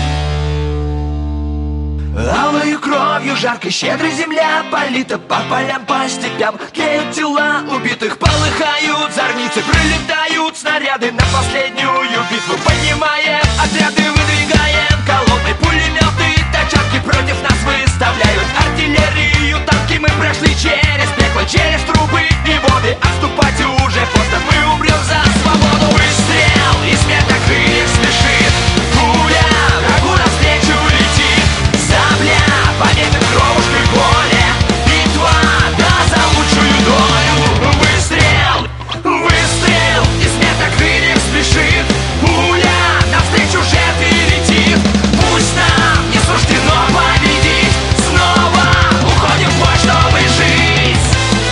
Алою кровью жаркой щедрой земля полита по полям, по степям. Тлеют тела убитых, полыхают зорницы, пролетают снаряды на последнюю битву. Поднимаем отряды, выдвигаем колонны, пулеметы, тачанки против нас выставляют артиллерию, танки. Мы прошли через пекло, через трубы и воды. Отступать уже поздно, мы умрем за свободу. Выстрел, и смерть на крыльях спешит. Пуля врагу навстречу летит, сабля пометит кровушкой боли. Битва, да, за лучшую долю. Выстрел, выстрел, и смерть на крыльях спешит. Пуля навстречу жертве летит. Пусть нам не суждено победить, снова уходим в бой, чтобы жить.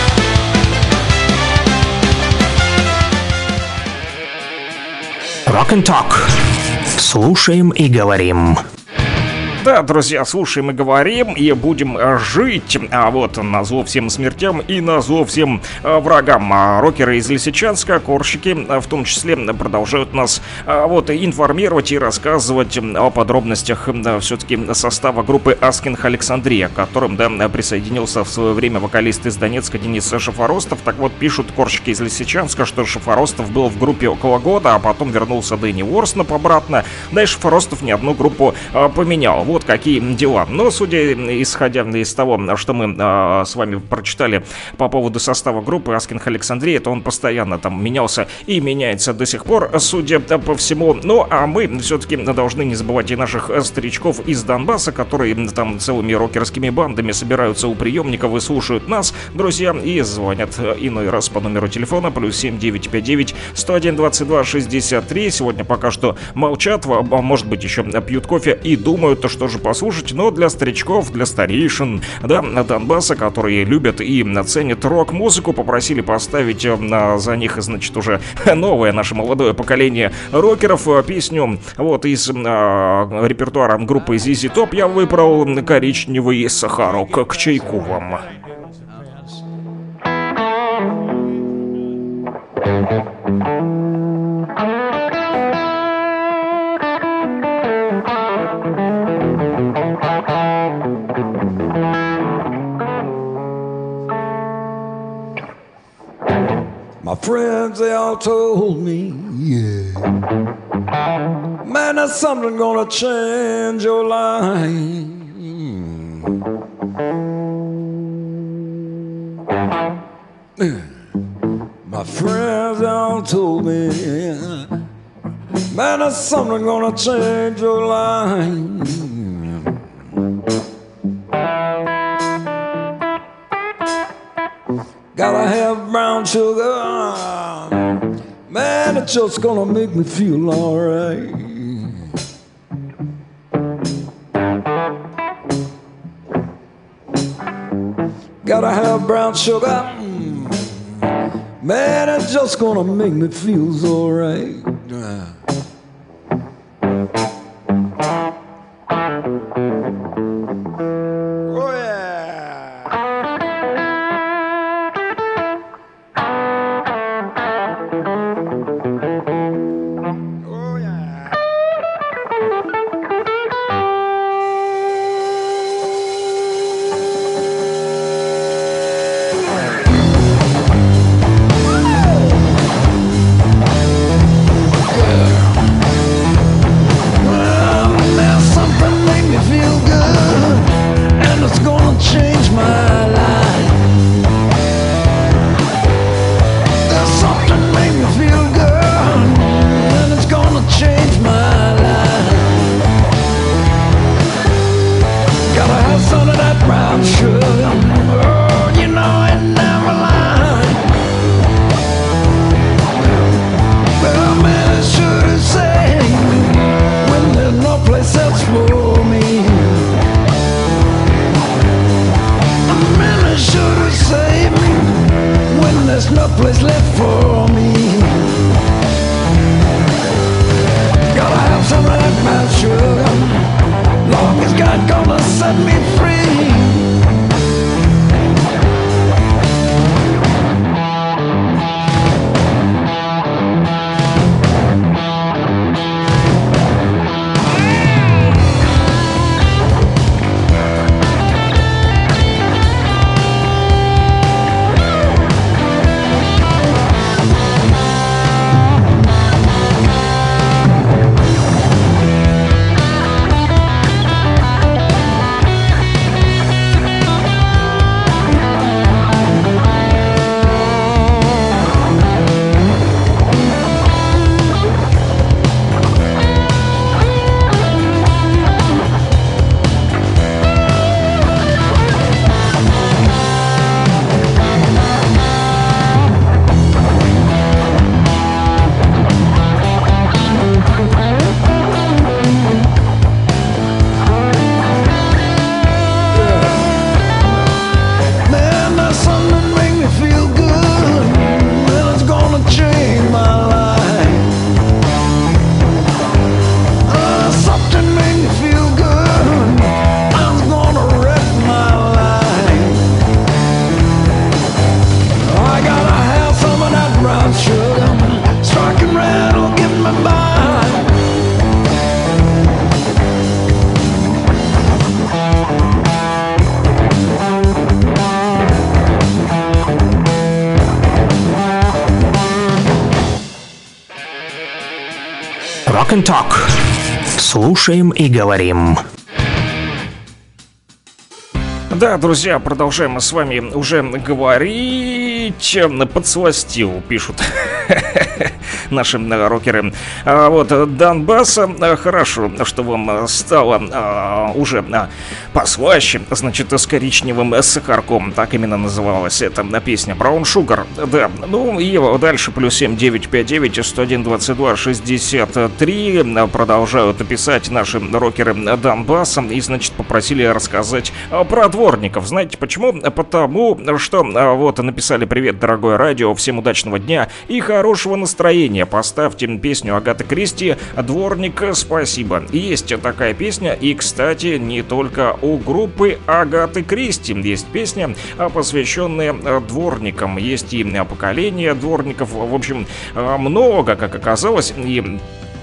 Rock and Talk. Слушаем и говорим. Да, друзья, слушаем и говорим, и будем жить. А вот назло всем смертям и назло всем а, врагам. А, рокеры из Лисичанска, корщики, а, в том числе, продолжают нас а, вот информировать и рассказывать о подробностях да, все-таки состава группы Asking Александрия, к которым да, присоединился в свое время вокалист из Донецка Денис Шафоростов. Так вот, пишут корщики из Лисичанска, что Шафоростов был в группе около года, а потом вернулся Дэнни Уорснап обратно. Да и Шафоростов не одну группу а, поменял. Вот Вот какие дела. Но, судя, исходя из того, что мы э, с вами прочитали по поводу состава группы Asking Alexandria, то он постоянно там менялся и меняется до сих пор, судя по всему. Ну, а мы все-таки должны не забывать и наших старичков из Донбасса, которые там целыми рокерскими бандами собираются у приемников и слушают нас, друзья, и звонят иной раз по номеру телефона плюс семь девятьсот пятьдесят девять сто один двадцать два шестьдесят три. Сегодня пока что молчат, а может быть еще пьют кофе и думают, то что же послушать, но для старичков, для старейшин, да, Донбасса, которые любят и ценят рок-музыку, попросили поставить за них, значит, уже новое наше молодое поколение рокеров песню вот из а, репертуара группы зет зет Top я выбрал «Коричневый сахарок» к чайку вам. My friends, they all told me, yeah, man, that's something gonna change your life. My friends, they all told me, yeah, man, that's something gonna change your life. Gotta have brown sugar, man, it's just gonna make me feel alright. Gotta have brown sugar, man, it's just gonna make me feel alright. Rock and Talk. Слушаем и говорим. Да, друзья, продолжаем мы с вами уже говорить. Подсластил, пишут наши рокеры. А, вот, Донбасса, хорошо, что вам стало а, уже а, послаще, значит, с коричневым сахарком. Так именно называлась эта песня. Brown Sugar, да. Ну и дальше плюс семь девять пять девять сто один двадцать два шестьдесят три. Продолжают писать наши рокеры Донбасса и, значит, попросили рассказать про дворников. Знаете почему? Потому что вот написали: привет, дорогое радио, всем удачного дня и хорошего настроения. Поставьте песню Агаты Кристи «Дворник, спасибо». Есть такая песня, и, кстати, не только у группы Агаты Кристи есть песня, посвященная дворникам. Есть и поколение дворников, в общем, много, как оказалось, и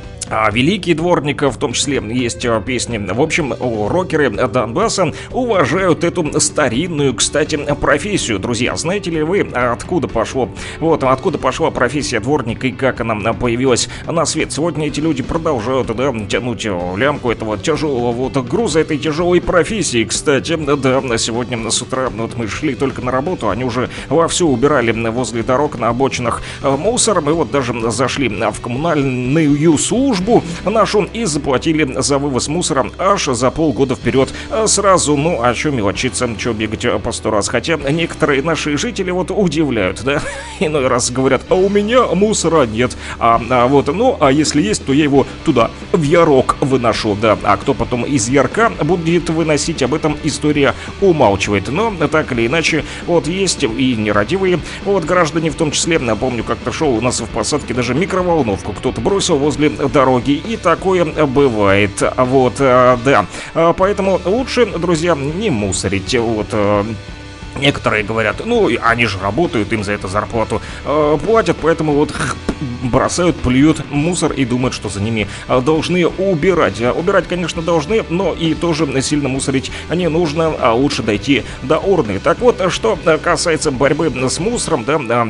А великие дворники, в том числе, есть песни. В общем, рокеры Донбасса уважают эту старинную, кстати, профессию. Друзья, знаете ли вы, откуда пошло, вот, откуда пошла профессия дворника и как она появилась на свет? Сегодня эти люди продолжают, да, тянуть лямку этого тяжелого вот груза этой тяжелой профессии. Кстати, да, сегодня с утра вот мы шли только на работу, они уже вовсю убирали возле дорог на обочинах мусор. Мы вот даже зашли в коммунальную службу нашу и заплатили за вывоз мусора аж за полгода вперед сразу. Ну, а чё мелочиться, чё бегать по сто раз? Хотя некоторые наши жители вот удивляют, да, иной раз говорят: а у меня мусора нет. А, а вот, ну, а если есть, то я его туда, в ярок, выношу, да. А кто потом из ярка будет выносить, об этом история умалчивает. Но так или иначе, вот есть и нерадивые вот граждане, в том числе. Напомню, как-то шел у нас в посадке даже микроволновку кто-то бросил возле дороги. И такое бывает. Вот, да. Поэтому лучше, друзья, не мусорить. Вот. Некоторые говорят: ну, они же работают, им за это зарплату э, платят, поэтому вот бросают, плюют мусор и думают, что за ними должны убирать. Убирать, конечно, должны, но и тоже сильно мусорить не нужно, а лучше дойти до урны. Так вот, что касается борьбы с мусором, да,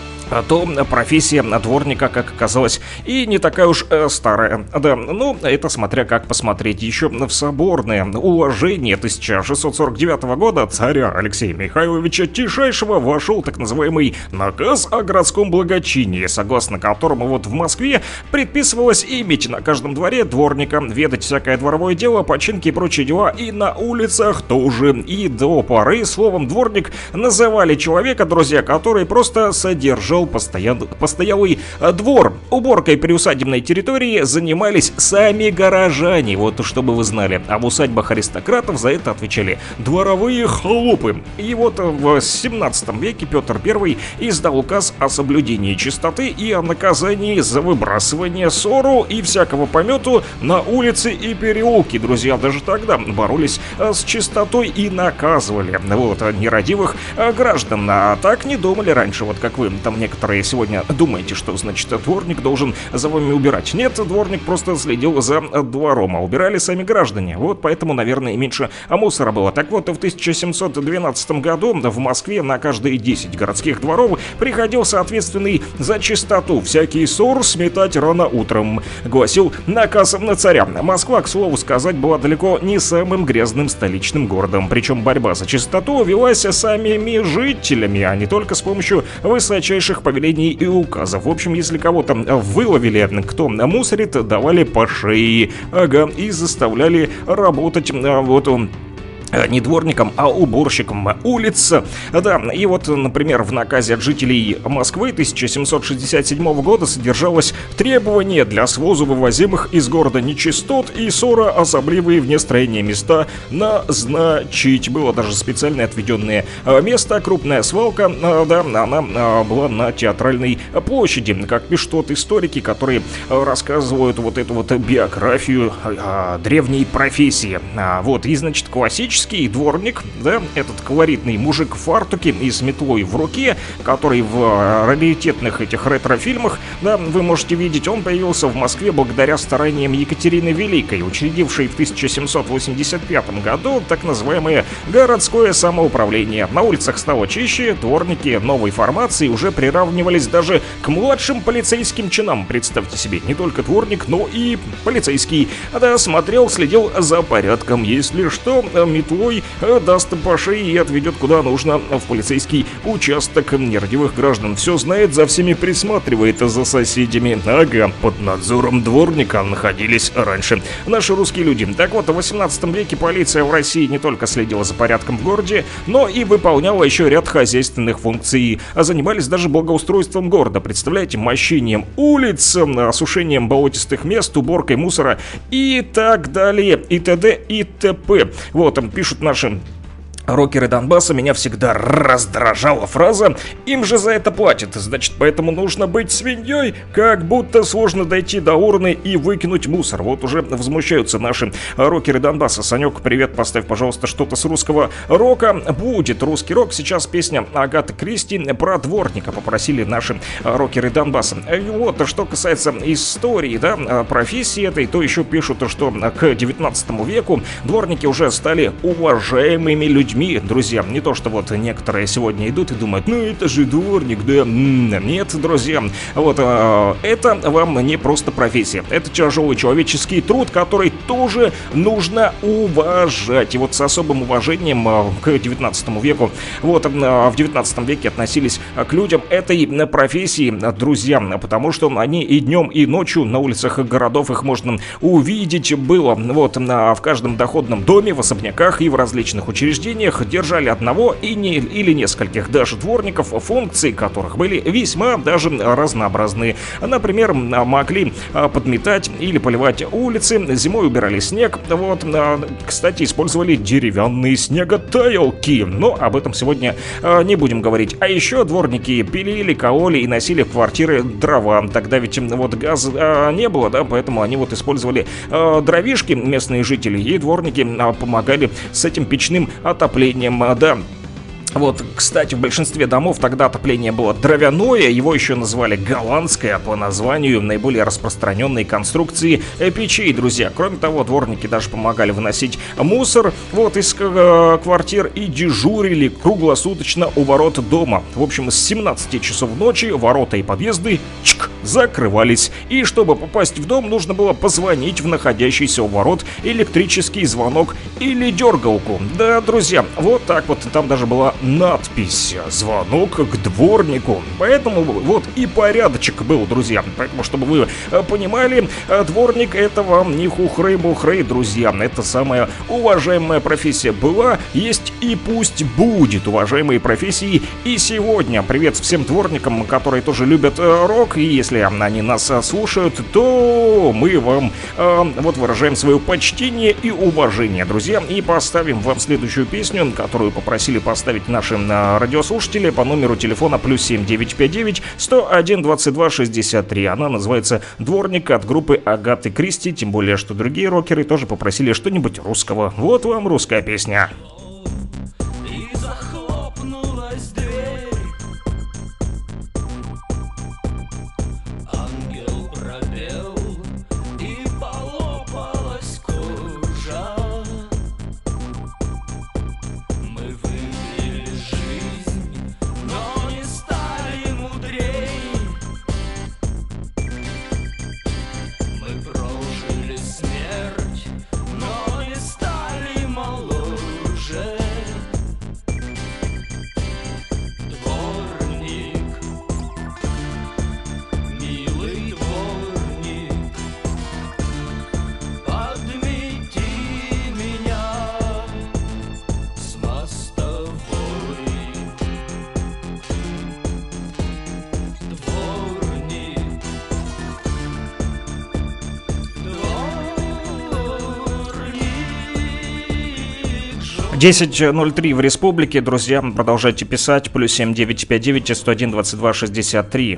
то профессия дворника, как оказалось, и не такая уж э, старая. Да, ну, это смотря как посмотреть. Еще в соборное уложение тысяча шестьсот сорок девятого года царя Алексея Михайловича Тишайшего вошел так называемый наказ о городском благочинии, согласно которому вот в Москве предписывалось иметь на каждом дворе дворника, ведать всякое дворовое дело, починки и прочие дела, и на улицах тоже. И до поры словом дворник называли человека, друзья, который просто содержал Постоян... постоялый двор. Уборкой приусадебной территории занимались сами горожане, вот чтобы вы знали. А в усадьбах аристократов за это отвечали дворовые холопы. И вот в семнадцатом веке Петр Первый издал указ о соблюдении чистоты и о наказании за выбрасывание ссору и всякого помету на улицы и переулки. Друзья, даже тогда боролись с чистотой и наказывали вот нерадивых граждан. А так не думали раньше, вот как вы там некоторые Некоторые сегодня думаете, что значит дворник должен за вами убирать. Нет, дворник просто следил за двором, а убирали сами граждане. Вот поэтому, наверное, и меньше мусора было. Так вот, в тысяча семьсот двенадцатом году в Москве на каждые десять городских дворов приходился ответственный за чистоту. Всякий ссор сметать рано утром, гласил наказ на царя. Москва, к слову сказать, была далеко не самым грязным столичным городом. Причем борьба за чистоту велась самими жителями, а не только с помощью высочайших повелений и указов. В общем, если кого-то выловили, кто мусорит, давали по шее, ага, и заставляли работать вот он. Не дворником, а уборщиком улиц. Да, и вот, например, в наказе от жителей Москвы тысяча семьсот шестьдесят седьмого года содержалось требование для своза вывозимых из города нечистот и ссора особливые вне строения места назначить. Было даже специально отведенное место, крупная свалка, да, она была на Театральной площади. Как пишут вот историки, которые рассказывают вот эту вот биографию древней профессии. Вот, и, значит, классический дворник, да, этот колоритный мужик в фартуке и с метлой в руке, который в раритетных этих ретро-фильмах, да, вы можете видеть, он появился в Москве благодаря стараниям Екатерины Великой, учредившей в тысяча семьсот восемьдесят пятом году так называемое городское самоуправление. На улицах стало чище, дворники новой формации уже приравнивались даже к младшим полицейским чинам. Представьте себе, не только дворник, но и полицейский. Да, смотрел, следил за порядком, если что, метлу твой, даст по шее и отведет куда нужно в полицейский участок. Нерадивых граждан все знает, за всеми присматривает, за соседями. Ага, под надзором дворника находились раньше наши русские люди. Так вот, в восемнадцатом веке полиция в России не только следила за порядком в городе, но и выполняла еще ряд хозяйственных функций. А занимались даже благоустройством города. Представляете, мощением улиц, осушением болотистых мест, уборкой мусора и так далее, и т.д. и т.п. Вот, там пишут наши рокеры Донбасса. Меня всегда раздражала фраза «им же за это платят, значит, поэтому нужно быть свиньей», как будто сложно дойти до урны и выкинуть мусор. Вот уже возмущаются наши рокеры Донбасса. Санек, привет, поставь, пожалуйста, что-то с русского рока. Будет русский рок. Сейчас песня Агаты Кристи про дворника попросили наши рокеры Донбасса. Вот, что касается истории, да, профессии этой, то еще пишут, что к девятнадцатому веку дворники уже стали уважаемыми людьми. Друзья, не то, что вот некоторые сегодня идут и думают, ну это же дворник, да. Нет, друзья, вот э, это вам не просто профессия, это тяжелый человеческий труд, который тоже нужно уважать. И вот с особым уважением э, к девятнадцатому веку, вот э, в девятнадцатом веке относились к людям этой профессии, друзья, потому что они и днем, и ночью на улицах городов их можно увидеть было. Вот в каждом доходном доме, в особняках и в различных учреждениях держали одного и не, или нескольких даже дворников, функции которых были весьма даже разнообразные. Например, могли подметать или поливать улицы, зимой убирали снег. Вот, кстати, использовали деревянные снеготаялки, но об этом сегодня не будем говорить. А еще дворники пилили, кололи и носили в квартиры дрова. Тогда ведь вот газа не было, да, поэтому они вот использовали дровишки, местные жители, и дворники помогали с этим печным отоплением. Да. Вот, кстати, в большинстве домов тогда отопление было дровяное, его еще называли голландское по названию наиболее распространенной конструкции печей, друзья. Кроме того, дворники даже помогали выносить мусор вот из э, квартир и дежурили круглосуточно у ворот дома. В общем, с семнадцати часов ночи ворота и подъезды чик, закрывались. И чтобы попасть в дом, нужно было позвонить в находящийся у ворот электрический звонок или дергалку. Да, друзья, вот так вот, там даже была надпись «Звонок к дворнику». Поэтому вот и порядочек был, друзья. Поэтому, чтобы вы понимали, дворник — это вам не хухры-мухры, друзья. Это самая уважаемая профессия была, есть и пусть будет уважаемой профессией и сегодня. Привет всем дворникам, которые тоже любят рок. И если они нас слушают, то мы вам э, вот выражаем свое почтение и уважение, друзья. И поставим вам следующую песню, которую попросили поставить наши радиослушатели по номеру телефона плюс семь девятьсот пятьдесят девять сто один двадцать два шестьдесят три. Она называется «Дворник» от группы Агаты Кристи, тем более, что другие рокеры тоже попросили что-нибудь русского. Вот вам русская песня. И захлопнулась дверь. Ангел пропел, и полопалась кожа. Мы выбрали жизнь, но не стали мудрей. Мы прожили смерть, но не стали моложе. Дворник, милый дворник, подмети меня с мостовой. Дворник, дворник, десять ноль три в республике, друзья, продолжайте писать, плюс семь девятьсот пятьдесят девять сто один двадцать два шестьдесят три.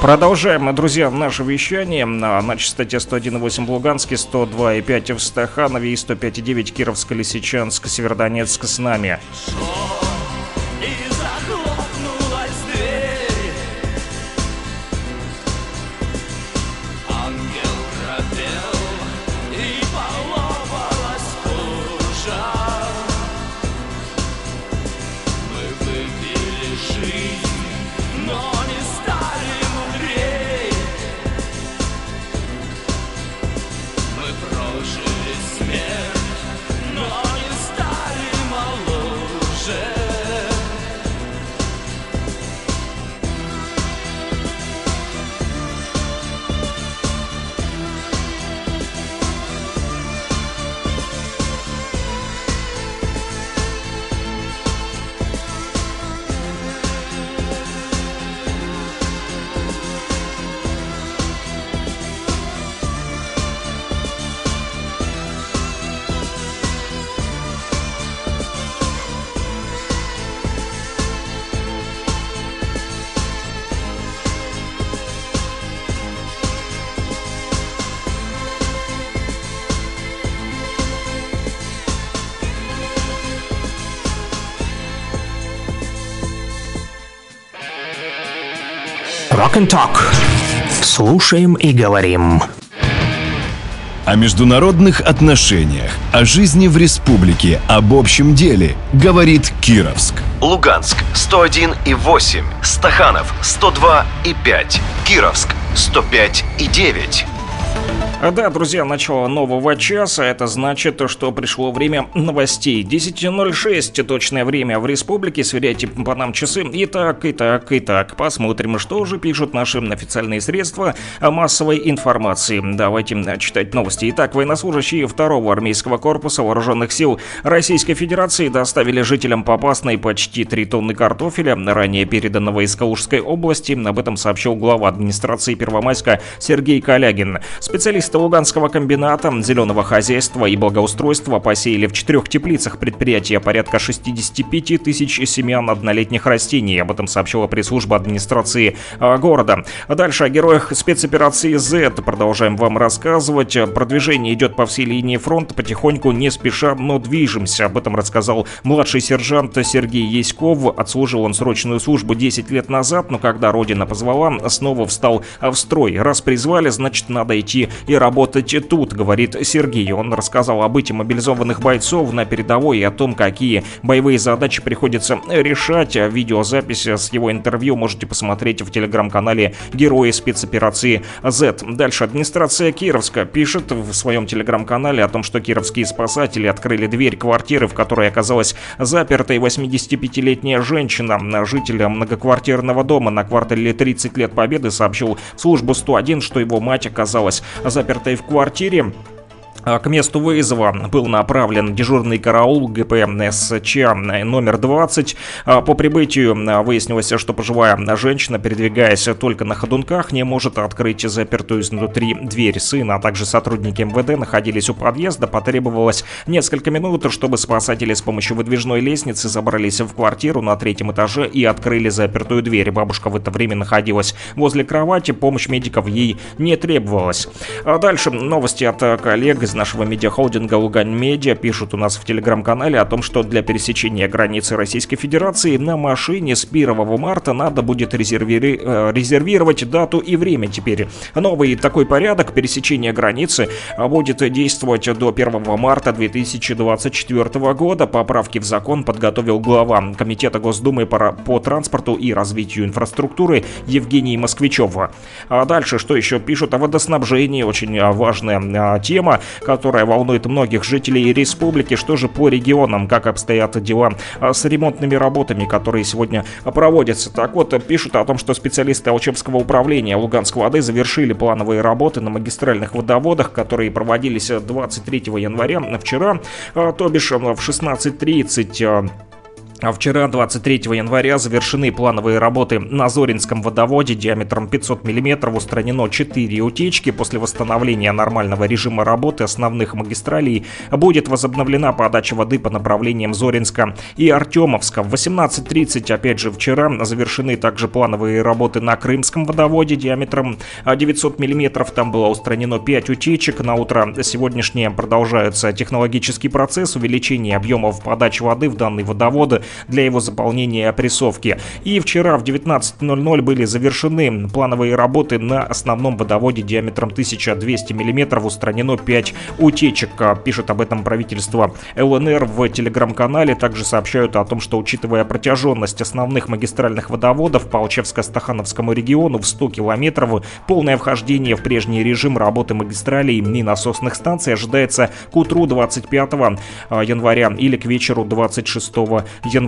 Продолжаем, друзья, наше вещание на, на частоте сто один и восемь в Луганске, сто два и пять в Стаханове и сто пять и девять Кировск, Лисичанск, Северодонецк с нами. Rock and Talk. Слушаем и говорим. О международных отношениях, о жизни в республике, об общем деле, говорит Кировск. Луганск сто один и восемь, Стаханов сто два и пять, Кировск сто пять и девять. Да, друзья, начало нового часа, это значит, что пришло время новостей. десять ноль шесть точное время в республике, сверяйте по нам часы. Итак, итак, итак, посмотрим, что же пишут наши официальные средства массовой информации. Давайте читать новости. Итак, военнослужащие второго армейского корпуса вооруженных сил Российской Федерации доставили жителям Попасной почти три тонны картофеля, ранее переданного из Калужской области. Об этом сообщил глава администрации Первомайска Сергей Калягин. Специалисты Луганского комбината зеленого хозяйства и благоустройства посеяли в четырех теплицах предприятия порядка шестьдесят пять тысяч семян однолетних растений. Об этом сообщила пресс-служба администрации э, города. Дальше о героях спецоперации Z продолжаем вам рассказывать. Продвижение идет по всей линии фронта, потихоньку, не спеша, но движемся. Об этом рассказал младший сержант Сергей Яськов. Отслужил он срочную службу десять лет назад, но когда родина позвала, снова встал в строй. Раз призвали, значит, надо идти и работать тут, говорит Сергей. Он рассказал о быте мобилизованных бойцов на передовой и о том, какие боевые задачи приходится решать. Видеозапись с его интервью можете посмотреть в телеграм-канале «Герои спецоперации Z». Дальше администрация Кировска пишет в своем телеграм-канале о том, что кировские спасатели открыли дверь квартиры, в которой оказалась запертой восьмидесятипятилетняя женщина. Житель многоквартирного дома на квартале тридцать лет Победы сообщил в службу сто один, что его мать оказалась запертой в квартире. К месту вызова был направлен дежурный караул ГПСЧ номер двадцать. По прибытию выяснилось, что пожилая женщина, передвигаясь только на ходунках, не может открыть запертую изнутри дверь. Сын, а также сотрудники МВД находились у подъезда. Потребовалось несколько минут, чтобы спасатели с помощью выдвижной лестницы забрались в квартиру на третьем этаже и открыли запертую дверь. Бабушка в это время находилась возле кровати, помощь медиков ей не требовалась. А дальше новости от коллег из нашего медиахолдинга «Лугань Медиа» пишут у нас в телеграм-канале о том, что для пересечения границы Российской Федерации на машине с первого марта надо будет резерви... резервировать дату и время теперь. Новый такой порядок пересечения границы будет действовать до первого марта две тысячи двадцать четвёртого года. Поправки в закон подготовил глава Комитета Госдумы по транспорту и развитию инфраструктуры Евгений Москвичев. А дальше что еще пишут о водоснабжении? Очень важная тема, которая волнует многих жителей республики. Что же по регионам, как обстоят дела с ремонтными работами, которые сегодня проводятся? Так вот, пишут о том, что специалисты Алчевского управления Луганск-Воды завершили плановые работы на магистральных водоводах, которые проводились двадцать третьего января, вчера, то бишь в шестнадцать тридцать. Вчера, двадцать третьего января, завершены плановые работы на Зоринском водоводе диаметром пятьсот миллиметров. Устранено четыре утечки. После восстановления нормального режима работы основных магистралей будет возобновлена подача воды по направлениям Зоринска и Артемовска. В восемнадцать тридцать, опять же, вчера завершены также плановые работы на Крымском водоводе диаметром девятьсот миллиметров. Там было устранено пять утечек. На утро сегодняшнее продолжается технологический процесс увеличения объемов подачи воды в данный водовод для его заполнения и опрессовки. И вчера в девятнадцать ноль ноль были завершены плановые работы на основном водоводе диаметром тысяча двести миллиметров. Устранено пять утечек. Пишет об этом правительство ЛНР в телеграм-канале. Также сообщают о том, что, учитывая протяженность основных магистральных водоводов по Алчевско-Стахановскому региону в сто километров, полное вхождение в прежний режим работы магистралей и насосных станций ожидается к утру двадцать пятого января или к вечеру двадцать шестого января.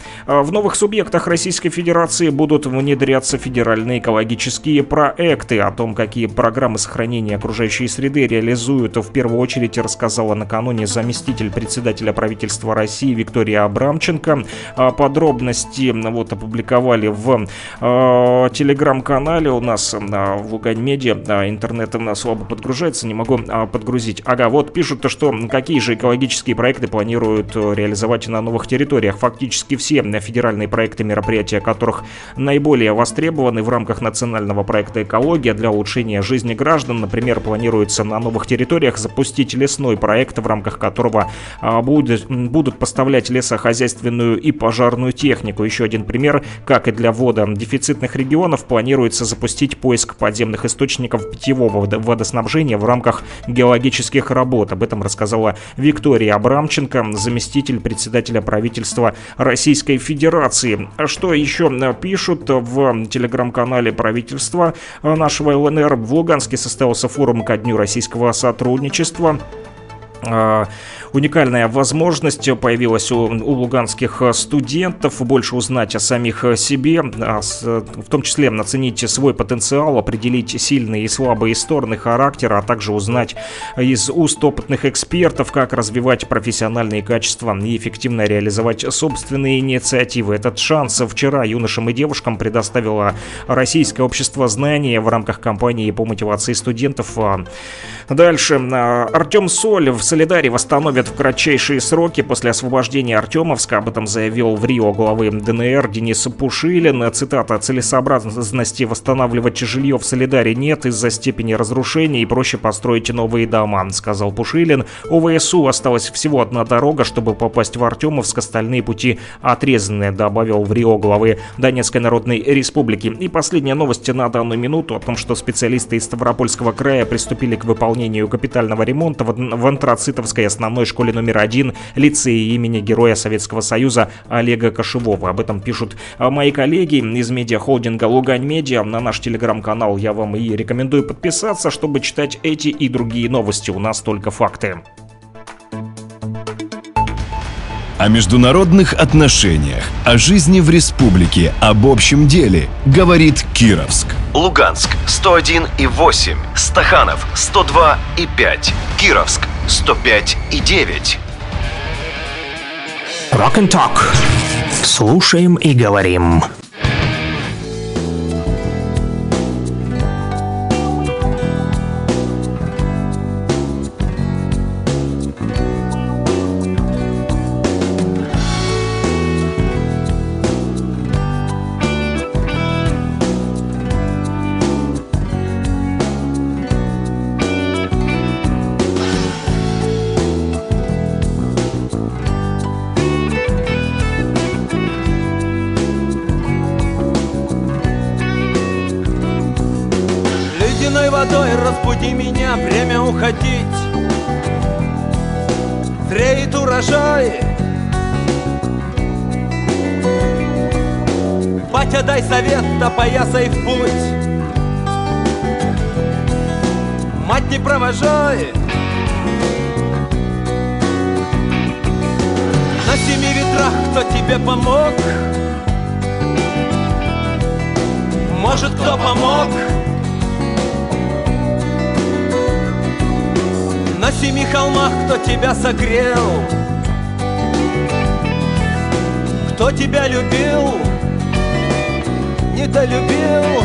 В новых субъектах Российской Федерации будут внедряться федеральные экологические проекты. О том, какие программы сохранения окружающей среды реализуют, в первую очередь рассказала накануне заместитель председателя правительства России Виктория Абрамченко. Подробности вот опубликовали в э, телеграм-канале у нас э, в Лугань Медиа. Интернет слабо подгружается, не могу э, подгрузить. Ага, вот пишут, что какие же экологические проекты планируют реализовать на новых территориях. Фактически все федеральные проекты, мероприятия которых наиболее востребованы в рамках национального проекта «Экология» для улучшения жизни граждан. Например, планируется на новых территориях запустить лесной проект, в рамках которого а, будет, будут поставлять лесохозяйственную и пожарную технику. Еще один пример: как и для ввода дефицитных регионов, планируется запустить поиск подземных источников питьевого водоснабжения в рамках геологических работ. Об этом рассказала Виктория Абрамченко, заместитель председателя правительства Российской Федерации. Что еще пишут в телеграм-канале правительства нашего ЛНР? В Луганске состоялся форум ко дню российского сотрудничества. Уникальная возможность появилась у, у луганских студентов больше узнать о самих себе, в том числе оценить свой потенциал, определить сильные и слабые стороны характера, а также узнать из уст опытных экспертов, как развивать профессиональные качества и эффективно реализовать собственные инициативы. Этот шанс вчера юношам и девушкам предоставило Российское общество знания в рамках кампании по мотивации студентов. Дальше. Артем Соль в Солидаре восстановит в кратчайшие сроки после освобождения Артемовска. Об этом заявил в Рио главы ДНР Денис Пушилин. Цитата: «Целесообразности восстанавливать жилье в Солидаре нет из-за степени разрушений, и проще построить новые дома», — сказал Пушилин. У ВСУ осталась всего одна дорога, чтобы попасть в Артемовск, остальные пути отрезаны, добавил в Рио главы Донецкой Народной Республики. И последняя новость на данную минуту о том, что специалисты из Ставропольского края приступили к выполнению капитального ремонта в Антрацитовской основной школе номер один лицея имени Героя Советского Союза Олега Кошевого. Об этом пишут мои коллеги из медиахолдинга Лугань Медиа. На наш телеграм-канал я вам и рекомендую подписаться, чтобы читать эти и другие новости. У нас только факты. О международных отношениях, о жизни в республике, об общем деле говорит Кировск. Луганск сто один и восемь, Стаханов сто два и пять, Кировск сто пять и девять. Rock and Talk. Слушаем и говорим. Водой разбуди меня, время уходить. Зреет урожай. Батя, дай совет, опоясай в путь. Мать, не провожай. На семи ветрах кто тебе помог? Может, кто помог? На семи холмах кто тебя согрел? Кто тебя любил, недолюбил.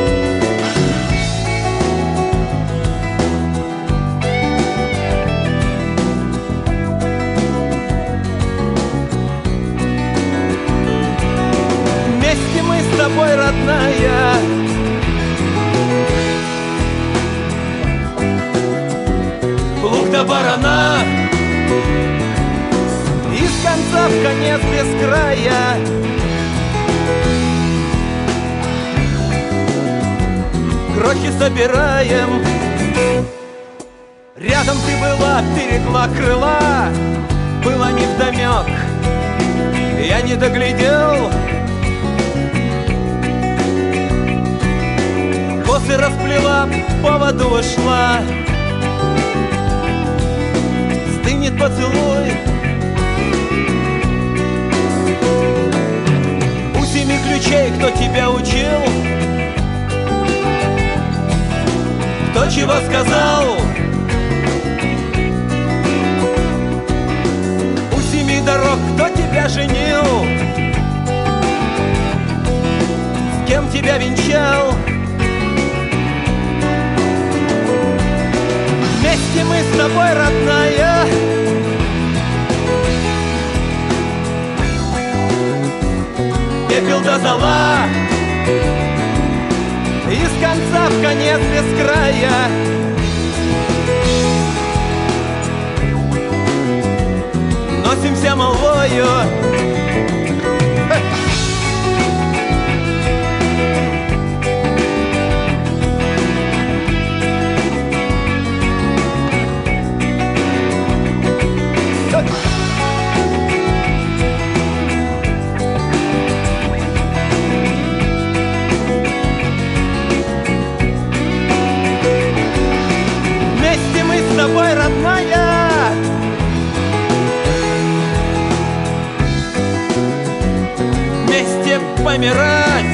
Вместе мы с тобой, родная, плуг до барана, из конца в конец без края. Крохи собираем. Рядом ты была, берегла крыла, было невдомек, я не доглядел. Косы расплела, по воду ушла. Стынет поцелуй. У семи ключей кто тебя учил? Кто чего сказал? У семи дорог кто тебя женил? С кем тебя венчал? Вместе мы с тобой, родная, пепел до зола, из конца в конец без края. Носимся молвою. С тобой, родная, вместе помирать.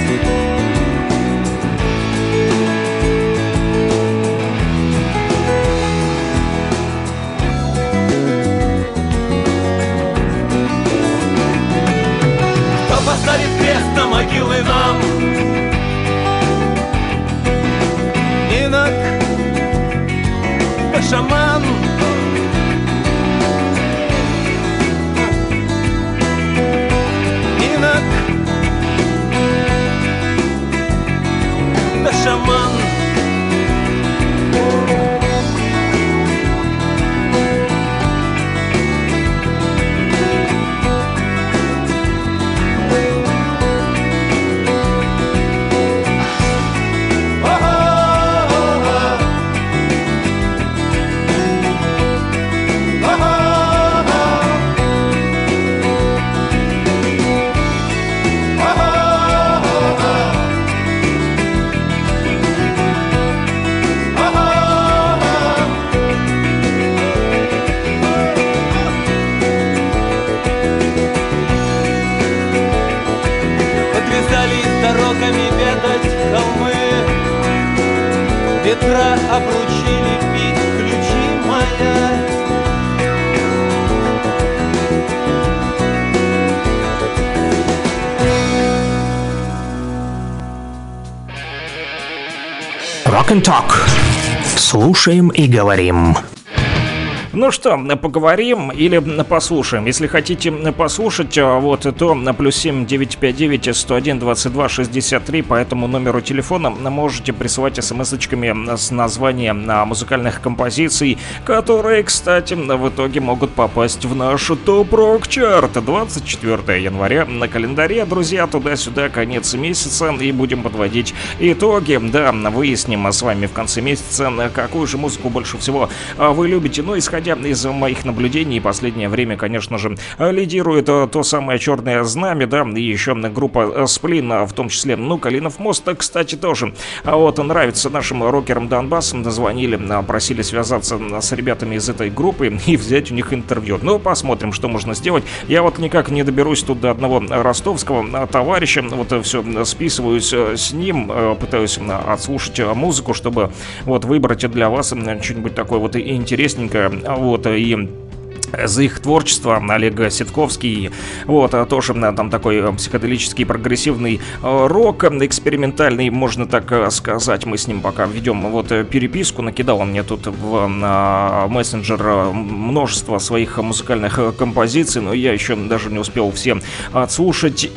Кто поставит крест на могилы нам? Инок, шаман. Инок, да шаман. Ветра обручили пить ключи моя. Rock and Talk. Слушаем и говорим. Ну что, поговорим или послушаем? Если хотите послушать, вот, то на плюс семь девятьсот пятьдесят девять сто один двадцать два шестьдесят три по этому номеру телефона можете присылать смс-очками с названием музыкальных композиций, которые, кстати, в итоге могут попасть в наш топ-рок-чарт. двадцать четвёртого января на календаре, друзья, туда-сюда, конец месяца, и будем подводить итоги. Да, выясним с вами в конце месяца, какую же музыку больше всего вы любите. Но исходя из моих наблюдений, последнее время, конечно же, лидирует то самое черное знамя, да, и еще группа Сплин, в том числе, ну, Калинов мост, кстати, тоже. А вот нравится нашим рокерам Донбасс, звонили, просили связаться с ребятами из этой группы и взять у них интервью. Ну, посмотрим, что можно сделать. Я вот никак не доберусь тут до одного ростовского товарища, вот все списываюсь с ним, пытаюсь отслушать музыку, чтобы вот выбрать для вас что-нибудь такое вот интересненькое. Вот, и за их творчество. Олег Ситковский, вот, тоже там такой психоделический прогрессивный рок, экспериментальный, можно так сказать. Мы с ним пока ведем вот переписку, накидал он мне тут в мессенджер множество своих музыкальных композиций, но я еще даже не успел все отслушать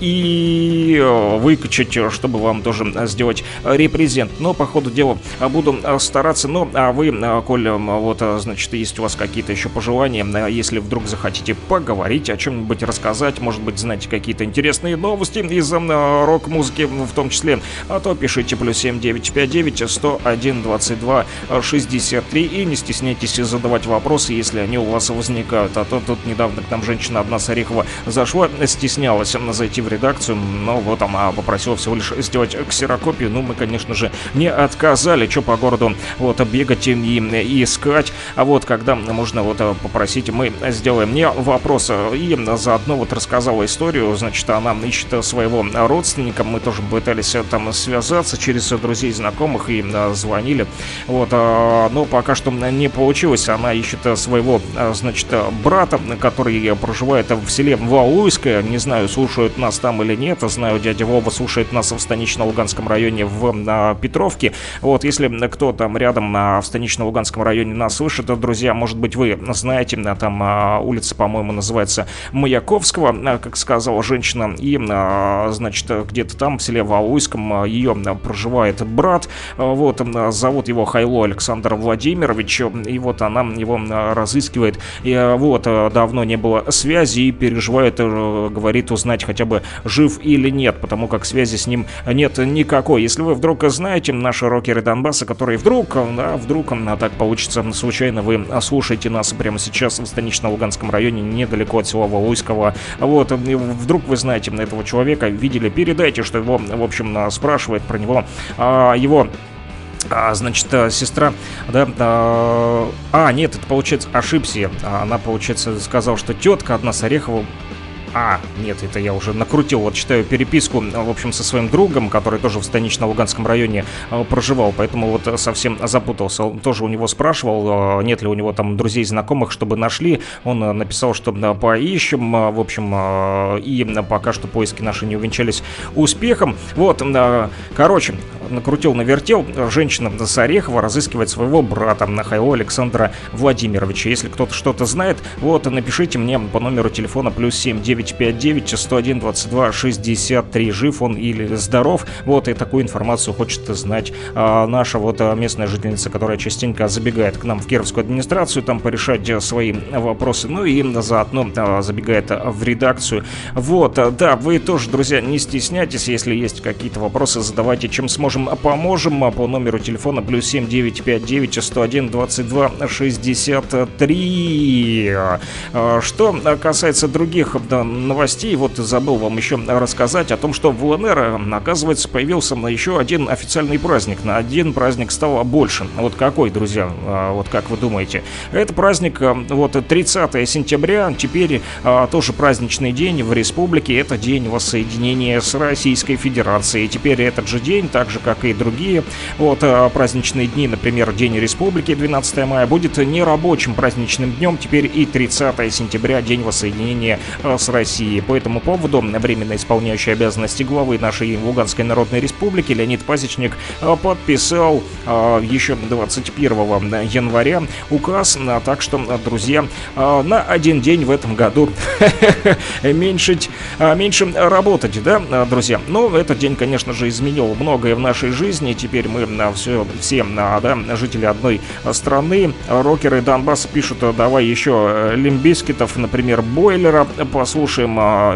и выкачать, чтобы вам тоже сделать репрезент. Но по ходу дела буду стараться. Ну, а вы, коль вот, значит, есть у вас какие-то еще пожелания, если вдруг захотите поговорить, о чем-нибудь рассказать, может быть, знаете какие-то интересные новости из э, рок-музыки в том числе, а то пишите плюс семь девятьсот пятьдесят девять сто один двадцать два шестьдесят три и не стесняйтесь задавать вопросы, если они у вас возникают. А то тут недавно к нам женщина одна с Орехова зашла, стеснялась зайти в редакцию, но вот она попросила всего лишь сделать ксерокопию. Ну, мы, конечно же, не отказали, что по городу вот бегать и, и искать, а вот когда можно вот попросить, мы сделаем. Мне вопрос, и заодно вот рассказала историю. Значит, она ищет своего родственника, мы тоже пытались там связаться через друзей, знакомых и звонили, вот, но пока что не получилось. Она ищет своего, значит, брата, который проживает в селе Валуйское, не знаю, слушают нас там или нет, знаю, дядя Вова слушает нас в Станично-Луганском районе в Петровке, вот, если кто там рядом в Станично-Луганском районе нас слышит, друзья, может быть, вы знаете, там улица, по-моему, называется Маяковского, как сказала женщина, и, значит, где-то там в селе Валуйском ее проживает брат, вот, зовут его Хайло Александр Владимирович, и вот она его разыскивает, и вот, давно не было связи и переживает, говорит, узнать хотя бы жив или нет, потому как связи с ним нет никакой. Если вы вдруг знаете, наши рокеры Донбасса, которые вдруг, да, вдруг так получится, случайно вы слушаете нас прямо сейчас в Станично-Луганском районе, недалеко от села Валуйского, вот, вдруг вы знаете этого человека, видели, передайте, что его, в общем, спрашивает про него а, его А, значит, сестра, да, а, а, нет, это, получается, ошибся. Она, получается, сказала, что тетка одна с Орехова. А, нет, это я уже накрутил, вот читаю переписку, в общем, со своим другом, который тоже в Станично-Луганском районе э, проживал, поэтому вот совсем запутался. Он тоже у него спрашивал, э, нет ли у него там друзей, знакомых, чтобы нашли. Он э, написал, что э, поищем, э, в общем, э, и э, пока что поиски наши не увенчались успехом. Вот, э, короче, накрутил, навертел. Женщина с Орехова разыскивает своего брата Хайло Александра Владимировича. Если кто-то что-то знает, вот, напишите мне по номеру телефона плюс семь девятьсот пятьдесят девять сто один двадцать два шестьдесят три, жив он или здоров. Вот, и такую информацию хочет знать а, наша вот а, местная жительница, которая частенько забегает к нам в Кировскую администрацию, там порешать а, свои вопросы, ну и заодно а, забегает а, в редакцию. Вот, а, да, вы тоже, друзья, не стесняйтесь, если есть какие-то вопросы, задавайте, чем сможем, поможем, а, по номеру телефона плюс семь девятьсот пятьдесят девять сто один двадцать два шестьдесят три. А, что касается других да, новостей, вот забыл вам еще рассказать о том, что в ЛНР, оказывается, появился еще один официальный праздник. На один праздник стало больше. Вот какой, друзья? Вот как вы думаете? Это праздник, вот тридцатое сентября, теперь тоже праздничный день в республике. Это день воссоединения с Российской Федерацией. Теперь этот же день, так же как и другие вот праздничные дни, например, День Республики двенадцатое мая, будет нерабочим праздничным днем. Теперь и тридцатое сентября, день воссоединения с России. По этому поводу временно исполняющий обязанности главы нашей Луганской Народной Республики Леонид Пасечник подписал еще двадцать первого января указ, так что, друзья, на один день в этом году меньше, меньше работать, да, друзья? Но этот день, конечно же, изменил многое в нашей жизни. Теперь мы все, все да, жители одной страны, рокеры Донбасса пишут, давай еще Лимп Бизкитов, например, Бойлера послушаем.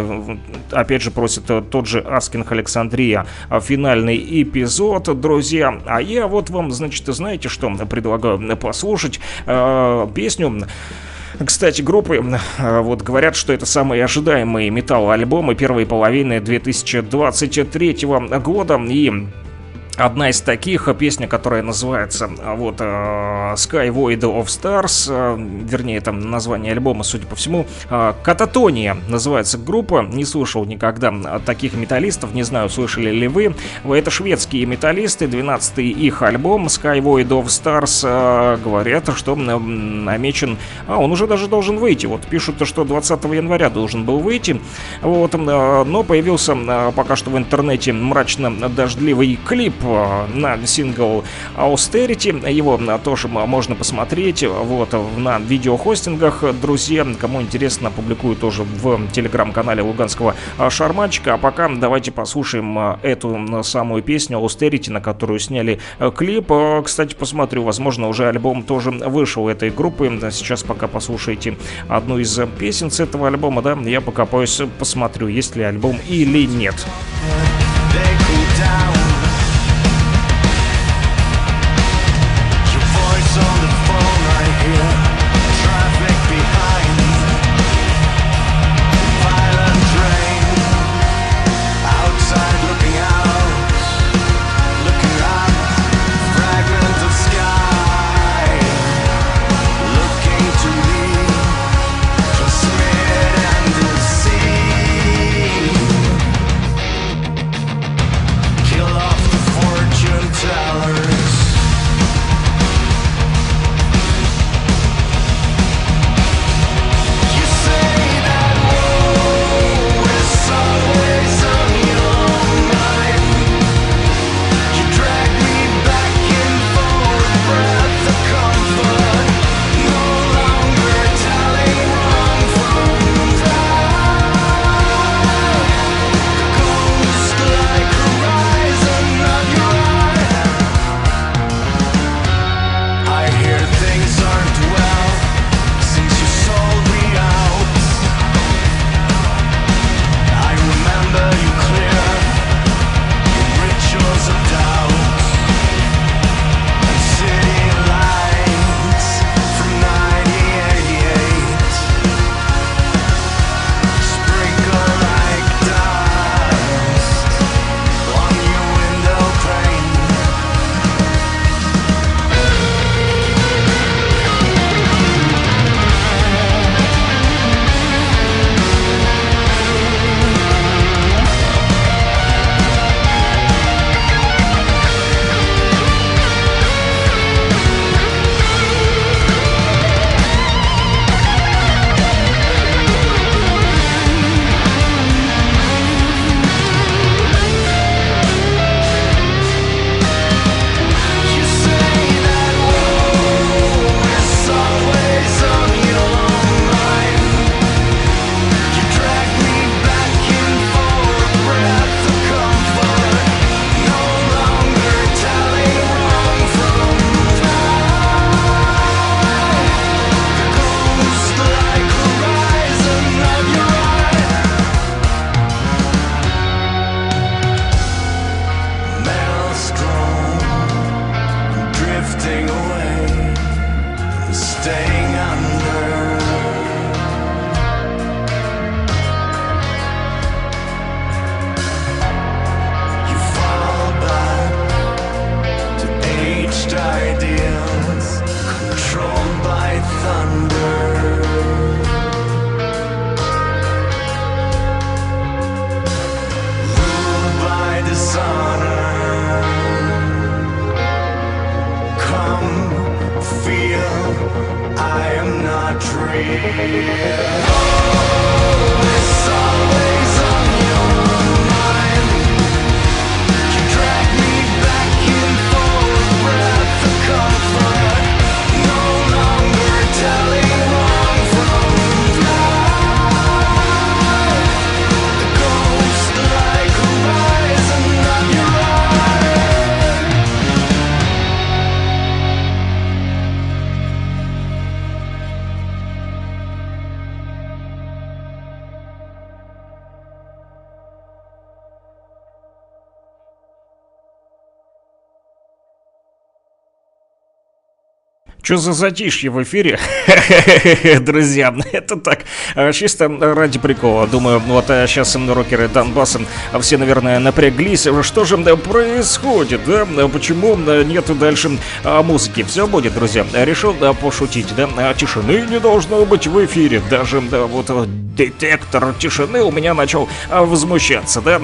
Опять же просит тот же Аскинг Александрия финальный эпизод, друзья. А я вот вам, значит, знаете, что предлагаю послушать э, песню. Кстати, группы вот говорят, что это самые ожидаемые металл-альбомы первой половины две тысячи двадцать третьего года. И Одна из таких, песня, которая называется вот Sky Void of Stars, вернее, там название альбома, судя по всему, Кататония называется группа. Не слушал никогда таких металлистов, не знаю, слышали ли вы. Это шведские металлисты, двенадцатый их альбом Sky Void of Stars. Говорят, что намечен, а он уже даже должен выйти. Вот пишут, что двадцатого января должен был выйти. Вот, но появился пока что в интернете мрачно-дождливый клип на сингл Austerity. Его тоже можно посмотреть вот на видеохостингах. Друзья, кому интересно, публикую тоже в телеграм-канале Луганского Шарманчика. А пока давайте послушаем эту самую песню Austerity, на которую сняли клип. Кстати, посмотрю, возможно, уже альбом тоже вышел этой группы. Сейчас пока послушайте одну из песен с этого альбома, да, я покопаюсь, посмотрю, есть ли альбом или нет. Kill Что за затишье в эфире? Друзья, это так, чисто ради прикола. Думаю, вот сейчас рокеры Донбасса все, наверное, напряглись. Что же происходит, да? Почему нет дальше музыки? Все будет, друзья. Решил пошутить, да? Тишины не должно быть в эфире. Даже да, вот детектор тишины у меня начал возмущаться, да?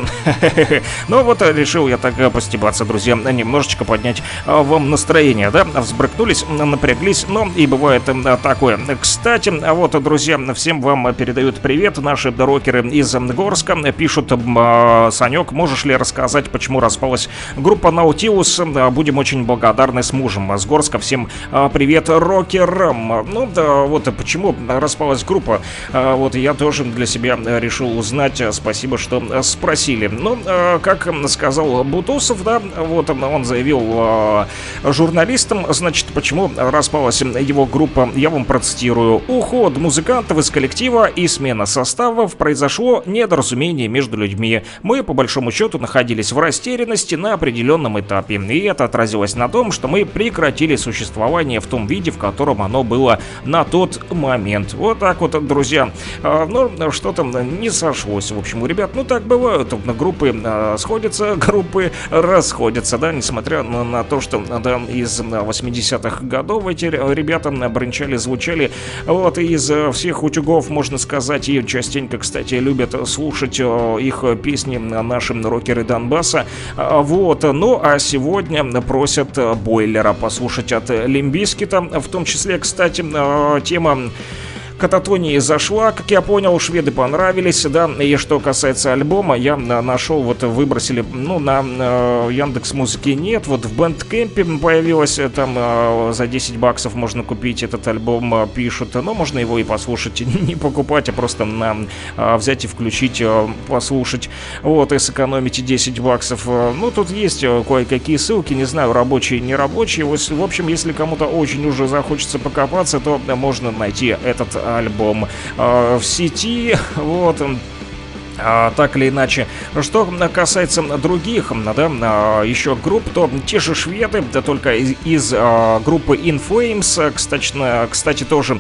Ну вот решил я так постебаться, друзья. Немножечко поднять вам настроение, да? Взбрыкнулись, напряглись. Но и бывает такое. Кстати, вот, друзья, всем вам передают привет наши рокеры из Горска. Пишут: Санек, можешь ли рассказать, почему распалась группа Наутилус? Будем очень благодарны с мужем. С Горска всем привет рокерам. Ну да, вот почему распалась группа. Вот я тоже для себя решил узнать. Спасибо, что спросили. Ну, как сказал Бутусов, да, вот он заявил журналистам, значит, почему распалась его группа, я вам процитирую: уход музыкантов из коллектива и смена составов, произошло недоразумение между людьми. Мы, по большому счету, находились в растерянности на определенном этапе, и это отразилось на том, что мы прекратили существование в том виде, в котором оно было на тот момент. Вот так вот, друзья. Ну, что-то не сошлось, в общем, у ребят. Ну, так бывает. Группы сходятся, группы расходятся, да, несмотря на, на то, что, да, из восьмидесятых годов эти ребята бренчали, звучали, вот, из всех утюгов, можно сказать, и частенько, кстати, любят слушать их песни наши рокеры Донбасса, вот. Ну, а сегодня просят Бойлера послушать от Лимп Бизкита, в том числе, кстати, тема Кататонии зашла, как я понял, шведы понравились, да, и что касается альбома, я нашел, вот выбросили, ну, на э, Яндекс.Музыке нет, вот в Бэндкэмпе появилось, там э, за десять баксов можно купить этот альбом, э, пишут, но можно его и послушать, не покупать, а просто на, э, взять и включить, э, послушать, вот, и сэкономите десять баксов. Ну, тут есть кое-какие ссылки, не знаю, рабочие, не рабочие, в общем, если кому-то очень уже захочется покопаться, то можно найти этот альбом э, в сети, вот. А, так или иначе, что касается других, да, еще групп, то те же шведы, да, только из, из а, группы In Flames, кстати, кстати тоже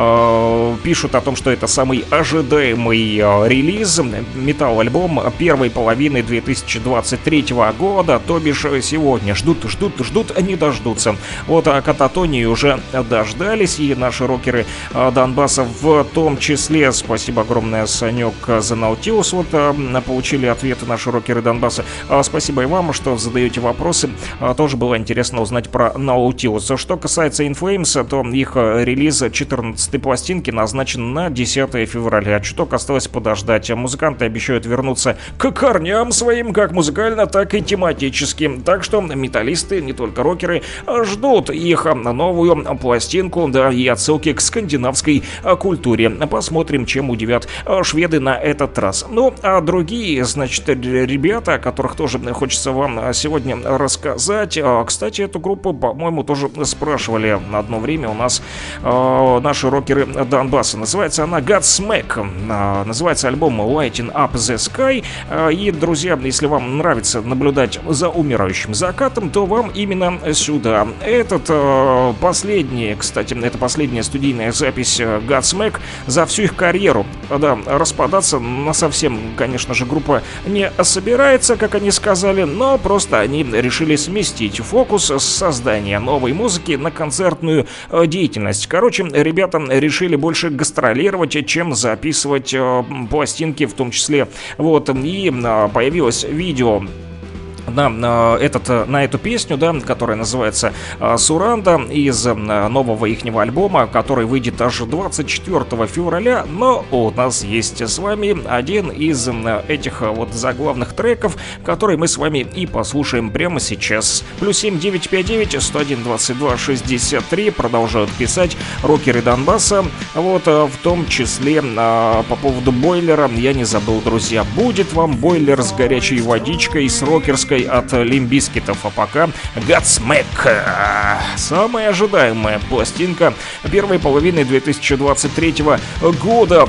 а, пишут о том, что это самый ожидаемый а, релиз, металл-альбом первой половины две тысячи двадцать третьего года, то бишь сегодня. Ждут, ждут, ждут, не дождутся. Вот а Кататонии уже дождались, и наши рокеры а, Донбасса в том числе. Спасибо огромное, Санек, за Наутилус. Вот а, получили ответы наши рокеры Донбасса. А, спасибо и вам, что задаете вопросы. А, тоже было интересно узнать про Наутилус. Что касается In Flames, то их релиз четырнадцатой пластинки назначен на десятое февраля. Чуток осталось подождать. Музыканты обещают вернуться к корням своим, как музыкально, так и тематически. Так что металлисты, не только рокеры, ждут их новую пластинку, да, и отсылки к скандинавской культуре. Посмотрим, чем удивят шведы на этот раз. Ну, а другие, значит, ребята, о которых тоже хочется вам сегодня рассказать. Кстати, эту группу, по-моему, тоже спрашивали одно время у нас э, наши рокеры Донбасса. Называется она Godsmack. Э, называется альбом Lighting Up the Sky. Э, и, друзья, если вам нравится наблюдать за умирающим закатом, то вам именно сюда. Этот э, последний, кстати, это последняя студийная запись Godsmack за всю их карьеру. Да, распадаться на совсем, конечно же, группа не собирается, как они сказали, но просто они решили сместить фокус с создания новой музыки на концертную э, деятельность. Короче, ребята решили больше гастролировать, чем записывать э, пластинки в том числе. Вот, и э, появилось видео на, этот, на эту песню, да, которая называется «Суранда», из нового ихнего альбома, который выйдет аж двадцать четвёртого февраля. Но у нас есть с вами один из этих вот заглавных треков, который мы с вами и послушаем прямо сейчас. Плюс семь девять пять девять сто один двадцать два шестьдесят три продолжают писать рокеры Донбасса. Вот, в том числе по поводу бойлера. Я не забыл, друзья, будет вам бойлер с горячей водичкой, с рокерской от Лимп Бизкитов. А пока Godsmack, самая ожидаемая пластинка первой половины две тысячи двадцать третьего года.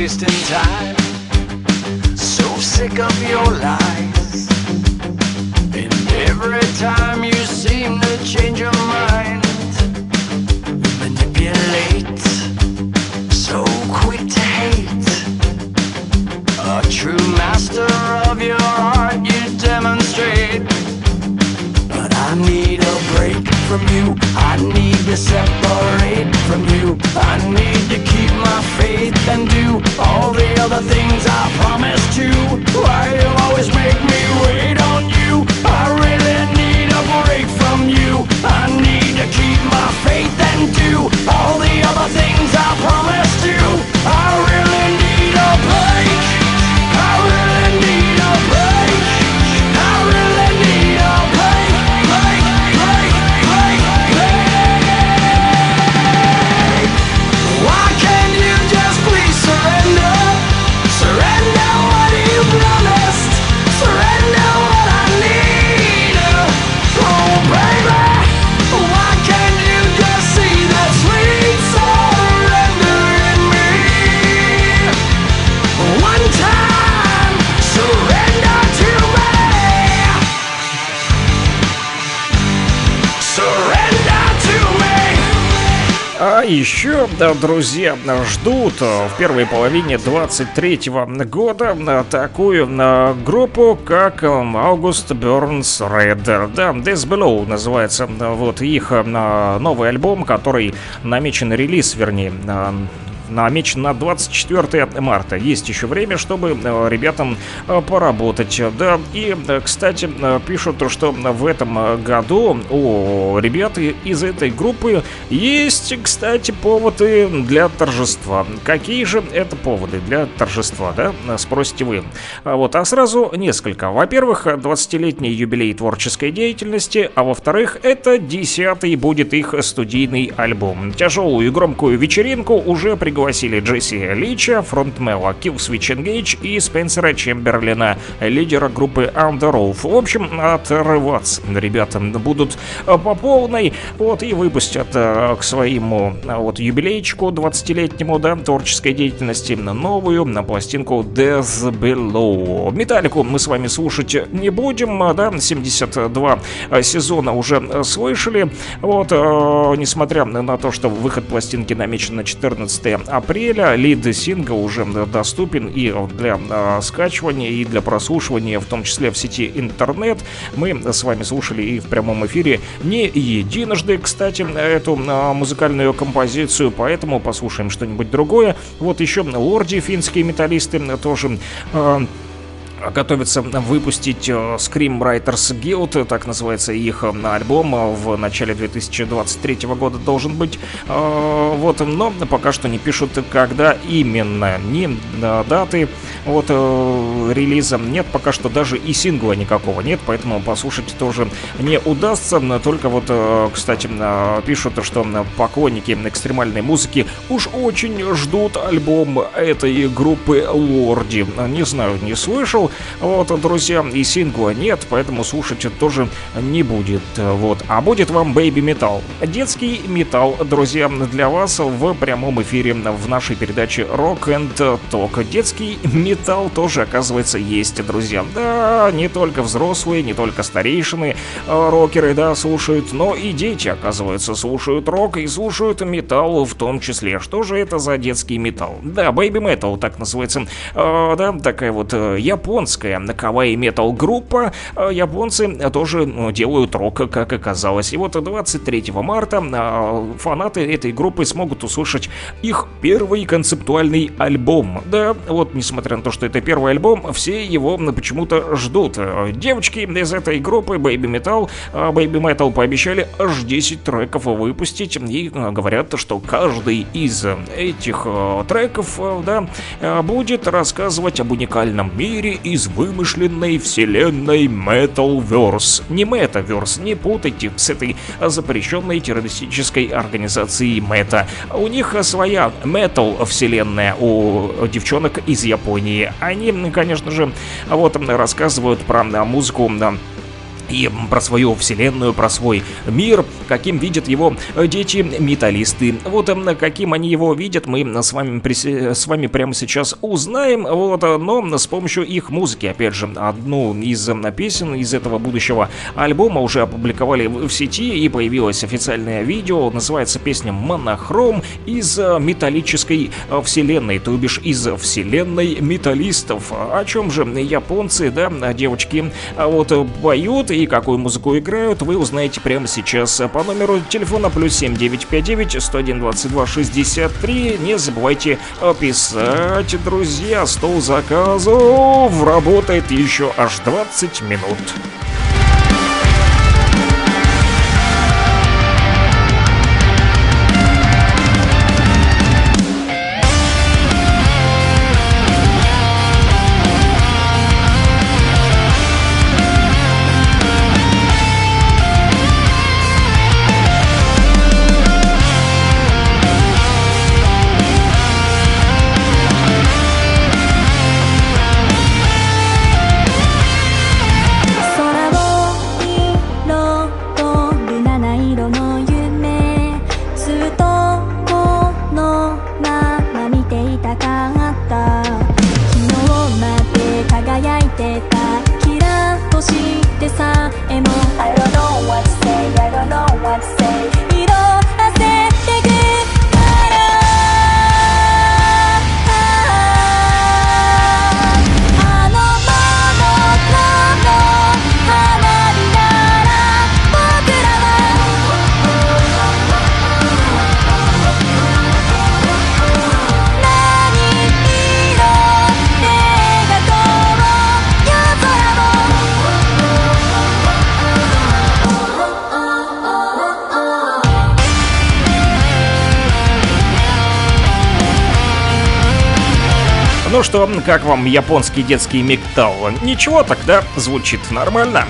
wasting time. So sick of your lies, and every time you seem to change your mind, manipulate, so quick to hate. A true master of your art you demonstrate. But I need a break from you, I need to separate from you. I need to keep my faith and do all the other things I promised to. Why you always make me wait on you? I really need a break from you. I need to keep my faith and do all the other things I promised to. I really need a break. I really need a break. I really need a break, break, break, break, break. Why can't you just please surrender? Surrender what you promised. Surrender what I need. Oh baby, why can't you just see that sweet surrender in me? One time, surrender to me. Surrender to me. А еще, да, друзья, ждут в первой половине двадцать третьего года такую группу, как August Burns Red. Да, Death Below называется вот их новый альбом, который намечен релиз, вернее, намечен на двадцать четвёртое марта. Есть еще время, чтобы ребятам поработать. Да, и, кстати, пишут, что в этом году у ребят из этой группы есть, кстати, поводы для торжества. Какие же это поводы для торжества, да, спросите вы. Вот, а сразу несколько. Во-первых, двадцатилетний юбилей творческой деятельности, а во-вторых, это десятый будет их студийный альбом. Тяжелую и громкую вечеринку уже пригласили Пригласили Джесси Лича, фронтмена Killswitch Engage и Спенсера Чемберлина, лидера группы Under Oath. В общем, отрываться ребята будут по полной, вот, и выпустят к своему вот юбилейчику двадцатилетнему, да, творческой деятельности новую на пластинку Death Below. Металлику мы с вами слушать не будем, да, семьдесят два сезона уже слышали, вот, несмотря на то, что выход пластинки намечен на четырнадцатое апреля, лид-сингл уже доступен и для э, скачивания, и для прослушивания, в том числе в сети интернет. Мы с вами слушали и в прямом эфире не единожды, кстати, эту э, музыкальную композицию, поэтому послушаем что-нибудь другое. Вот еще Лорди, финские металлисты, тоже э, готовится выпустить Scream Writers Guild, так называется их альбом, в начале две тысячи двадцать третьего года должен быть. Вот, но пока что не пишут, когда именно, ни даты вот релиза нет, пока что даже и сингла никакого нет, поэтому послушать тоже не удастся. Только вот, кстати, пишут, что поклонники экстремальной музыки уж очень ждут альбом этой группы Лорди. Не знаю, не слышал. Вот, друзья, и сингла нет, поэтому слушать тоже не будет. Вот. А будет вам Baby Metal. Детский металл, друзья, для вас в прямом эфире в нашей передаче Rock and Talk. Детский металл тоже, оказывается, есть, друзья. Да, не только взрослые, не только старейшины рокеры, да, слушают, но и дети, оказывается, слушают рок и слушают металл в том числе. Что же это за детский металл? Да, Baby Metal, так называется. Э, да, такая вот японская кавай-метал группа. Японцы тоже делают рок, как оказалось. И вот двадцать третьего марта фанаты этой группы смогут услышать их первый концептуальный альбом. Да, вот, несмотря на то, что это первый альбом, все его почему-то ждут. Девочки из этой группы Baby Metal, Baby Metal пообещали аж десять треков выпустить и говорят, что каждый из этих треков, да, будет рассказывать об уникальном мире из вымышленной вселенной Metalverse. Не Metaverse, не путайте с этой запрещенной террористической организацией Мета. У них своя Metal вселенная у девчонок из Японии. Они, конечно же, вот рассказывают про музыку и про свою вселенную, про свой мир, каким видят его дети-металлисты. Вот каким они его видят, мы с вами, с вами прямо сейчас узнаем, вот, но с помощью их музыки. Опять же, одну из песен из этого будущего альбома уже опубликовали в сети, и появилось официальное видео. Называется песня «Монохром» из металлической вселенной, то бишь из вселенной металлистов. О чем же японцы, да, девочки, вот поют и какую музыку играют, вы узнаете прямо сейчас по номеру телефона плюс семь девятьсот пятьдесят девять сто один двадцать два шестьдесят три. Не забывайте писать, друзья. Стол заказов работает еще аж двадцать минут. Ну что, как вам японский детский металл? Ничего, тогда звучит нормально.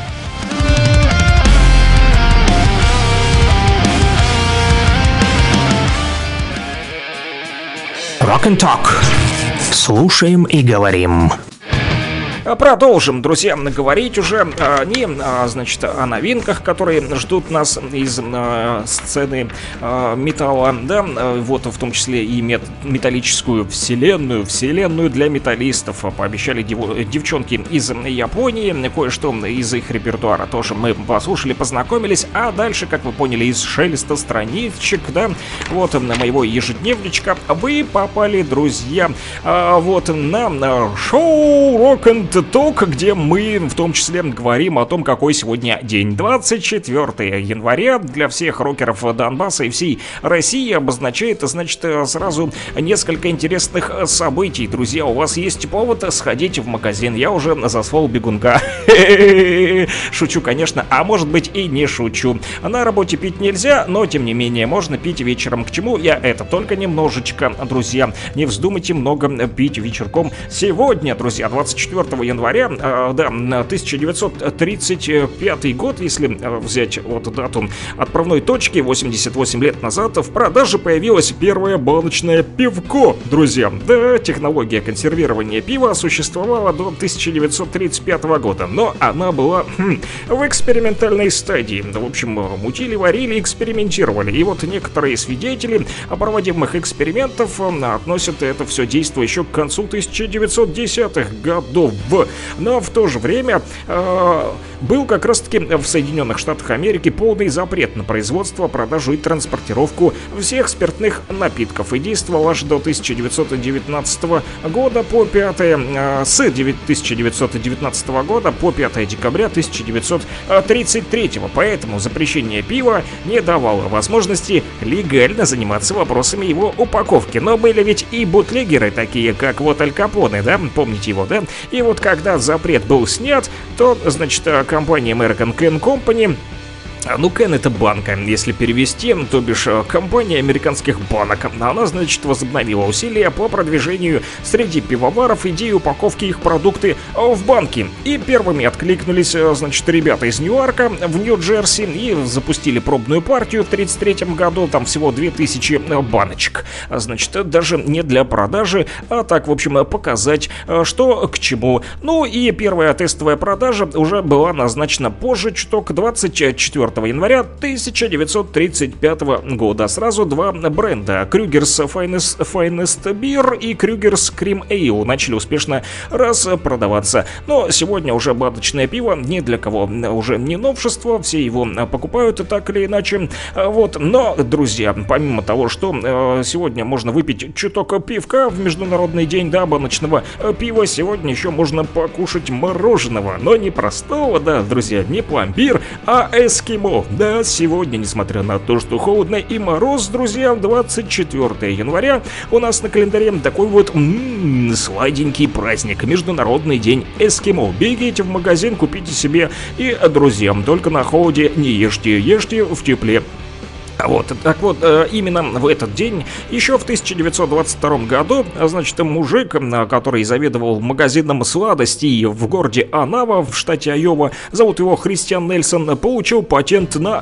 Rock and Talk. Слушаем и говорим. Продолжим, друзья, говорить уже а, не, а, значит, о новинках, которые ждут нас из а, сцены а, металла, да, вот в том числе и мет, металлическую вселенную, вселенную для металлистов. Пообещали дев, девчонки из Японии, кое-что из их репертуара тоже мы послушали, познакомились, а дальше, как вы поняли, из шелеста страничек, да, вот на моего ежедневничка вы попали, друзья, а, вот на, на шоу Rock and Talk, где мы в том числе говорим о том, какой сегодня день. двадцать четвёртого января для всех рокеров Донбасса и всей России обозначает, значит, сразу несколько интересных событий. Друзья, у вас есть повод сходить в магазин. Я уже заслал бегунка. Шучу, конечно, а может быть и не шучу. На работе пить нельзя, но тем не менее можно пить вечером. К чему я это? Только немножечко, друзья. Не вздумайте много пить вечерком сегодня, друзья. двадцать четвёртого января, э, да, тысяча девятьсот тридцать пятый год, если э, взять вот дату отправной точки, восемьдесят восемь лет назад в продаже появилось первое баночное пивко, друзья. Да, технология консервирования пива существовала до тысяча девятьсот тридцать пятого года, но она была хм, в экспериментальной стадии. В общем, мутили, варили, экспериментировали. И вот некоторые свидетели проводимых экспериментов относят это все действо еще к концу тысяча девятьсот десятых годов. Но в то же время э, был как раз-таки в Соединенных Штатах Америки полный запрет на производство, продажу и транспортировку всех спиртных напитков. И действовал аж до тысяча девятьсот девятнадцатого года по пятое, э, с тысяча девятьсот девятнадцатого года по пятое декабря тысяча девятьсот тридцать третьего. Поэтому запрещение пива не давало возможности легально заниматься вопросами его упаковки. Но были ведь и бутлегеры, такие как вот Аль Капоне, да, помните его, да? И вот когда запрет был снят, то, значит, компания American Can Company Ну, Кен — это банка, если перевести, то бишь компания американских банок. Она, значит, возобновила усилия по продвижению среди пивоваров идеи упаковки их продукты в банки. И первыми откликнулись, значит, ребята из Ньюарка в Нью-Джерси и запустили пробную партию в тридцать третьем году. Там всего две тысячи баночек. Значит, даже не для продажи, а так, в общем, показать, что к чему. Ну и первая тестовая продажа уже была назначена позже, чуток, двадцать четвёртого января тысяча девятьсот тридцать пятого года. Сразу два бренда: Krüger's Finest, Finest Beer и Krüger's Cream Ale начали успешно распродаваться. Но сегодня уже баночное пиво ни для кого уже не новшество, все его покупают так или иначе. Вот. Но, друзья, помимо того, что сегодня можно выпить чуток пивка в Международный день, да, баночного пива, сегодня еще можно покушать мороженого, но не простого, да, друзья, не пломбир, а эскимо. Да, сегодня, несмотря на то, что холодно и мороз, друзья, двадцать четвёртого января у нас на календаре такой вот м-м, сладенький праздник, Международный день эскимо. Бегите в магазин, купите себе и друзьям. Только на холоде не ешьте, ешьте в тепле. Вот, так вот, именно в этот день, еще в тысяча девятьсот двадцать втором году, значит, мужик, который заведовал магазином сладостей в городе Анава в штате Айова, зовут его Христиан Нельсон, получил патент на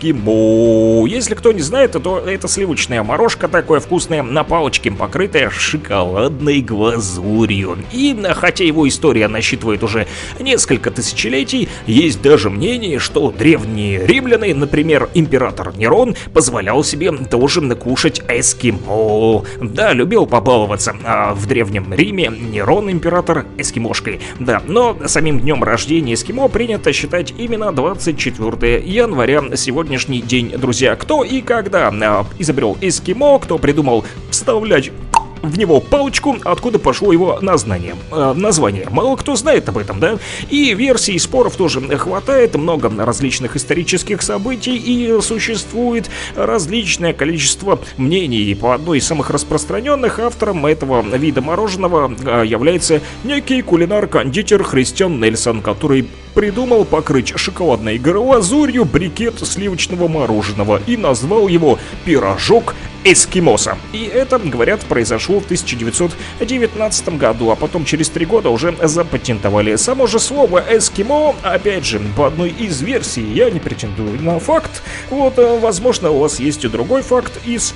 эскимо. Если кто не знает, то это сливочная морожка, такое вкусное, на палочке, покрытая шоколадной глазурью. И хотя его история насчитывает уже несколько тысячелетий, есть даже мнение, что древние римляне, например, император Нерон, позволял себе тоже кушать эскимо. Да, любил побаловаться. А в Древнем Риме Нерон император эскимошкой. Да, но самим днем рождения эскимо принято считать именно двадцать четвёртого января, сегодняшний день, друзья. Кто и когда изобрел эскимо, кто придумал вставлять в него палочку, откуда пошло его название. Э, название. Мало кто знает об этом, да? И версий, и споров тоже хватает, много различных исторических событий, и существует различное количество мнений. И по одной из самых распространенных автором этого вида мороженого э, является некий кулинар-кондитер Христиан Нельсон, который придумал покрыть шоколадной глазурью брикет сливочного мороженого и назвал его «пирожок эскимоса». И это, говорят, произошло в тысяча девятьсот девятнадцатом году, а потом через три года уже запатентовали. Само же слово «эскимо», опять же, по одной из версий, я не претендую на факт, вот, возможно, у вас есть и другой факт из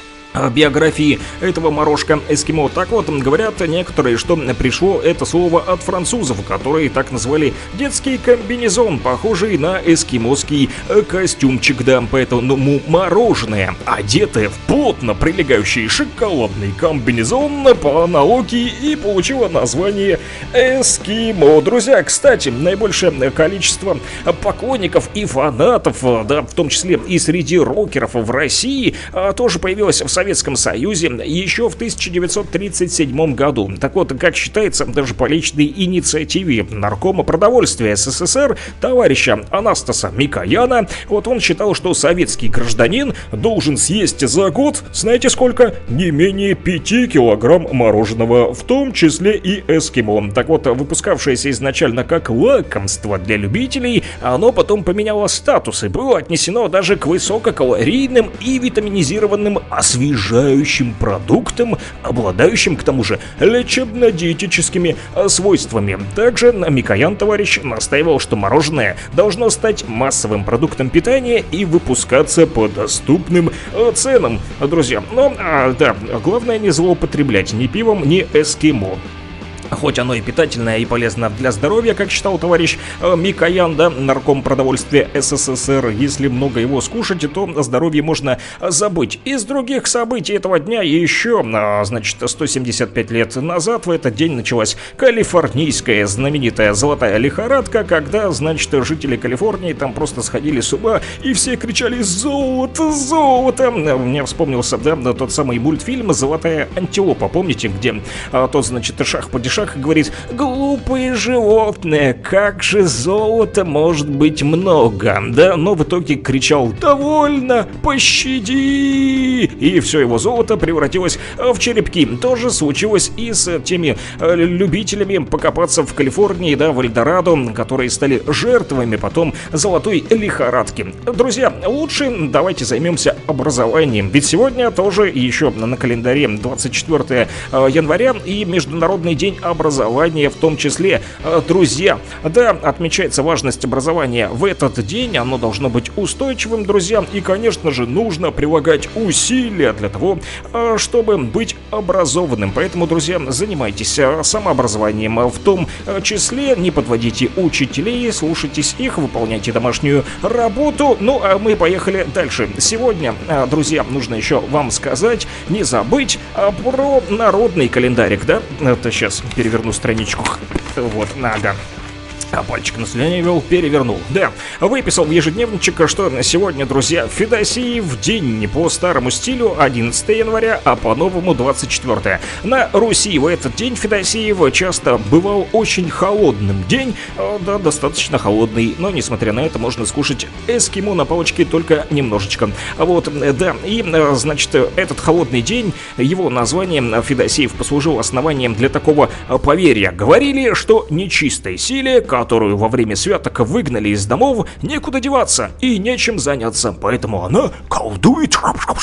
биографии этого морожка эскимо. Так вот, говорят некоторые, что пришло это слово от французов, которые так назвали детский комбинезон, похожий на эскимосский костюмчик, да, поэтому мороженое, одетое в плотно прилегающий шоколадный комбинезон, по аналогии и получило название эскимо. Друзья, кстати, наибольшее количество поклонников и фанатов, да, в том числе и среди рокеров в России, тоже появилось в Советском Союзе еще в тысяча девятьсот тридцать седьмом году. Так вот, как считается, даже по личной инициативе наркома продовольствия СССР товарища Анастаса Микояна, вот он считал, что советский гражданин должен съесть за год, знаете сколько? Не менее пяти килограмм мороженого, в том числе и эскимо. Так вот, выпускавшееся изначально как лакомство для любителей, оно потом поменяло статус и было отнесено даже к высококалорийным и витаминизированным освежителям, освежающим продуктом, обладающим к тому же лечебно-диетическими свойствами. Также Микоян, товарищ, настаивал, что мороженое должно стать массовым продуктом питания и выпускаться по доступным ценам, друзья. Но, а, да, главное не злоупотреблять ни пивом, ни эскимо. Хоть оно и питательное, и полезно для здоровья, как считал товарищ э, Микоян, да, нарком продовольствия СССР, если много его скушать, то о здоровье можно забыть. Из других событий этого дня еще, э, значит, сто семьдесят пять лет назад в этот день началась калифорнийская знаменитая золотая лихорадка, когда, значит, жители Калифорнии там просто сходили с ума и все кричали «Золото! Золото!». Мне вспомнился, да, тот самый мультфильм «Золотая антилопа», помните, где э, тот, значит, шах-падишах ушах и говорит: глупые животные, как же золота может быть много? Да, но в итоге кричал: довольно, пощади! И все его золото превратилось в черепки. То же случилось и с теми э, любителями покопаться в Калифорнии, да, в Эльдорадо, которые стали жертвами потом золотой лихорадки. Друзья, лучше давайте займемся образованием. Ведь сегодня тоже еще на календаре двадцать четвёртое января и Международный день образования в том числе. Друзья, да, отмечается важность образования в этот день. Оно должно быть устойчивым, друзья. И, конечно же, нужно прилагать усилия для того, чтобы быть образованным. Поэтому, друзья, занимайтесь самообразованием. В том числе не подводите учителей, слушайтесь их, выполняйте домашнюю работу. Ну, а мы поехали дальше. Сегодня, друзья, нужно еще вам сказать, не забыть про народный календарик, да? Это сейчас переверну страничку. Вот, ага. А пальчик на слюне вел, перевернул. Да, выписал в ежедневничек, что сегодня, друзья, Федосеев день по старому стилю одиннадцатое января, а по новому двадцать четвёртое. На Руси в этот день Федосеев часто бывал очень холодным день, да, достаточно холодный, но несмотря на это можно скушать эскимо на палочке только немножечко. Вот, да, и, значит, этот холодный день, его название Федосеев послужил основанием для такого поверья. Говорили, что нечистой силе, которую во время святок выгнали из домов, некуда деваться и нечем заняться, поэтому она колдует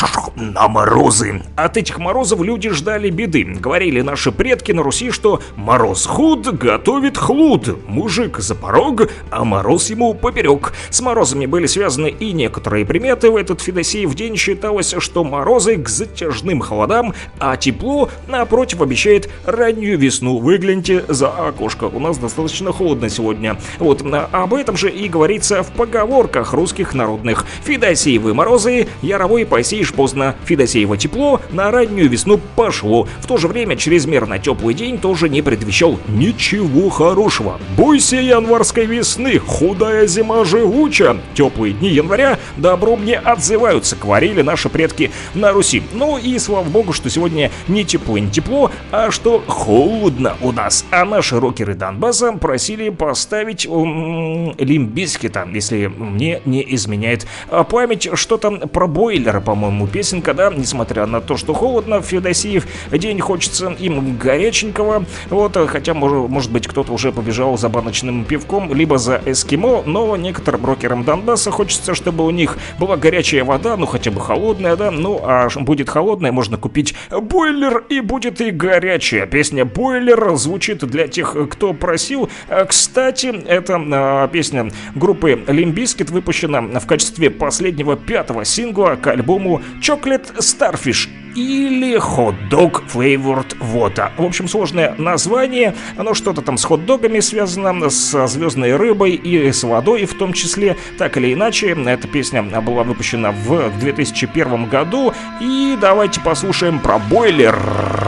на морозы. От этих морозов люди ждали беды. Говорили наши предки на Руси, что мороз худ, готовит хлуд. Мужик за порог, а мороз ему поперек. С морозами были связаны и некоторые приметы. В этот Федосеев день считалось, что морозы к затяжным холодам, а тепло, напротив, обещает раннюю весну. Выгляните за окошко, у нас достаточно холодно сегодня. Вот, об этом же и говорится в поговорках русских народных. Федосеевы морозы, яровой посеешь поздно. Федосеево тепло, на раннюю весну пошло. В то же время чрезмерно теплый день тоже не предвещал ничего хорошего. Бойся январской весны, худая зима живуча. Теплые дни января добром не отзываются, говорили наши предки на Руси. Ну и слава богу, что сегодня не тепло, не тепло, а что холодно у нас. А наши рокеры Донбасса просили поставить Лимп Бизкита, если мне не изменяет память. Что там про бойлер, по-моему, песенка, да, несмотря на то, что холодно, в Федосеев день хочется им горяченького, вот, хотя, может, может быть, кто-то уже побежал за баночным пивком, либо за эскимо, но некоторым рокерам Донбасса хочется, чтобы у них была горячая вода, ну, хотя бы холодная, да, ну, а будет холодная, можно купить бойлер, и будет и горячая. Песня «Бойлер» звучит для тех, кто просил. Кстати, эта а, песня группы Limp Bizkit выпущена в качестве последнего пятого сингла к альбому Chocolate Starfish или Hot Dog Flavored Water. В общем, сложное название. Оно что-то там с хот-догами связано, со звездной рыбой и с водой в том числе. Так или иначе, эта песня была выпущена в две тысячи первом году. И давайте послушаем про бойлер.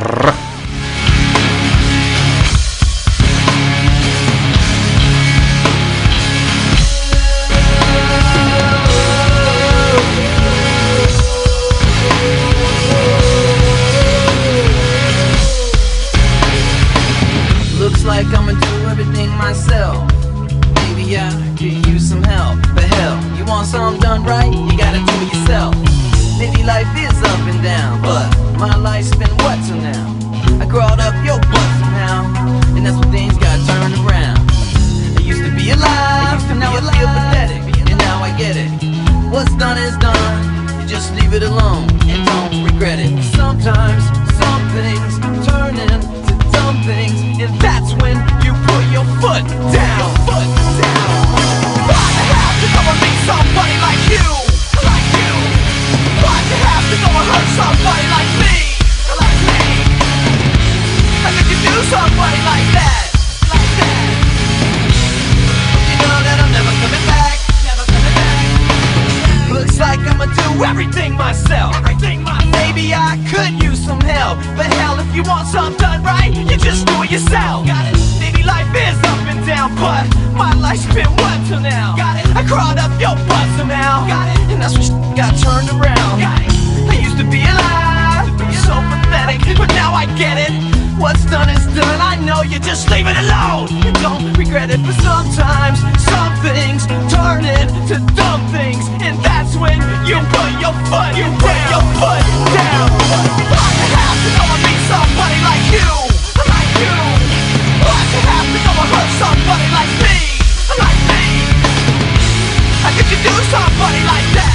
Like I'ma do everything myself. Maybe I could use some help. But hell, you want something done right, you gotta do it yourself. Maybe life is up and down, but my life's been what till now? I crawled up your butt somehow, and that's when things got turned around. I used to be alive, and now I feel pathetic, and now I get it. What's done is done, you just leave it alone, and don't regret it. Sometimes, some things turn into dumb things, and that's when you put your foot down. Foot down. Why'd you have to go and meet somebody like you? Like you? Why'd you have to go and hurt somebody like me? Like me? How could you do somebody like that? Like that? You know that I'm never coming back. Never coming back. Looks like I'ma do everything myself. Everything myself. Maybe I could use some help, but hell, if you want something done right, you just do it yourself. Got it? Maybe life is up and down, but my life's been what till now? Got it? I crawled up your butt somehow, got it? And that's when sh- got turned around. Got it? I used to be alive, so pathetic, but now I get it. What's done is done, I know you just leave it alone. You don't regret it, but sometimes some things turn into dumb things, and that's when you put your foot, you put your foot down. Why'd you have to go and meet somebody like you, like you? Why'd you have to go and hurt somebody like me, like me? How could you do somebody like that?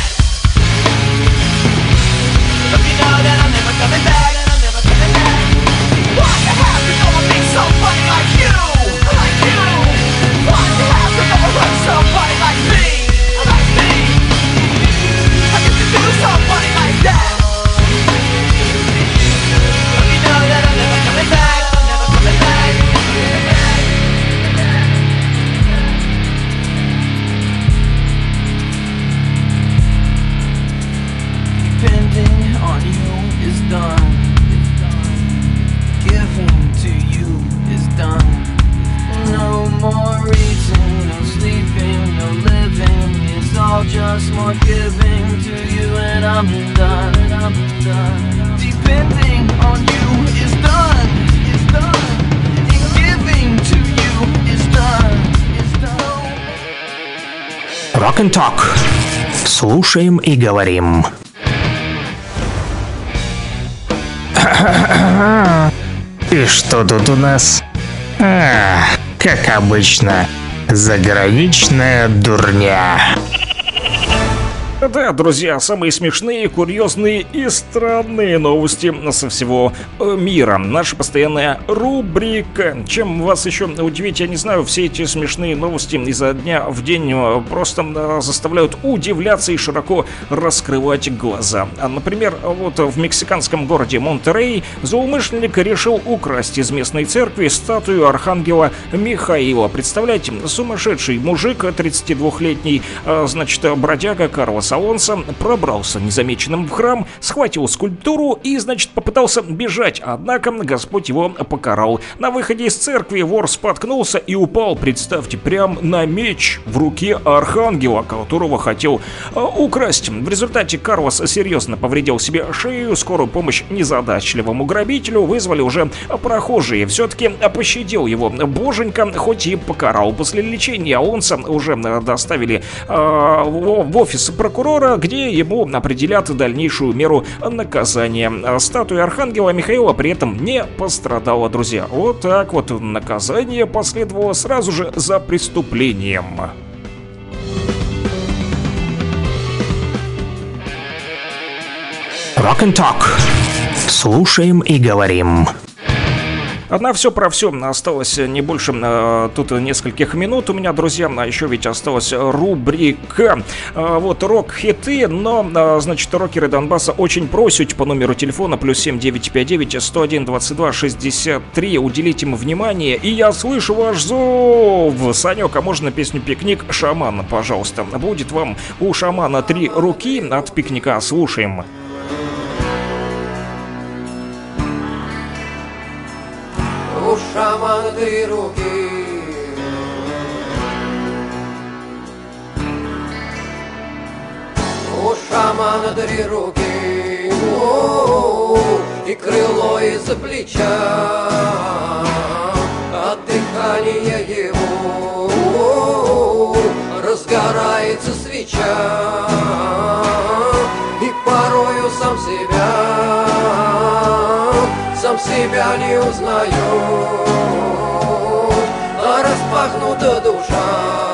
If you know that I'm never coming back, that I'm never coming back. Why'd you have to go and meet somebody like you, like you? Why'd you have to go and hurt somebody like me, like me? How could you do somebody like that? If you know that I'm never coming back, I'm never coming back. Depending on you is done. Giving to you is done. No more eating, no sleeping, no living. It's all just more giving to you, and I'm done. I'm done. Depending on you is done. Is done. And giving to you is done. Is done. Rock and Talk. Слушаем и говорим. И что тут у нас? А, как обычно, заграничная дурня. Да, друзья, самые смешные, курьезные и странные новости со всего мира. Наша постоянная рубрика. Чем вас еще удивить, я не знаю. Все эти смешные новости изо дня в день просто заставляют удивляться и широко раскрывать глаза. Например, вот в мексиканском городе Монтеррей злоумышленник решил украсть из местной церкви статую архангела Михаила. Представляете, сумасшедший мужик, тридцатидвухлетний, значит, бродяга Карлос Алонсо, пробрался незамеченным в храм, схватил скульптуру и, значит, попытался бежать, однако Господь его покарал. На выходе из церкви вор споткнулся и упал, представьте, прямо на меч в руке архангела, которого хотел э, украсть. В результате Карлос серьезно повредил себе шею, скорую помощь незадачливому грабителю вызвали уже прохожие. Все-таки пощадил его боженька, хоть и покарал. После лечения Алонсо уже доставили э, в офис прокурора, где ему определят дальнейшую меру наказания. Статуя архангела Михаила при этом не пострадала, друзья. Вот так вот наказание последовало сразу же за преступлением. Rock and Talk. Слушаем и говорим. На все про все осталось не больше э, тут нескольких минут у меня, друзья, а еще ведь осталась рубрика э, вот рок-хиты, но, э, значит, рокеры Донбасса очень просят по номеру телефона плюс семь девять пять девять сто один двадцать два шестьдесят три уделить им внимание, и я слышу ваш зов. Санек, а можно песню «Пикник» Шамана, пожалуйста? Будет вам у Шамана три руки от пикника, слушаем. У шамана три руки, у шамана три руки, о-о-о, и крыло из-за плеча, от дыхания его о-о-о, разгорается свеча, и порою сам себя сам себя не узнаю, а распахнута душа,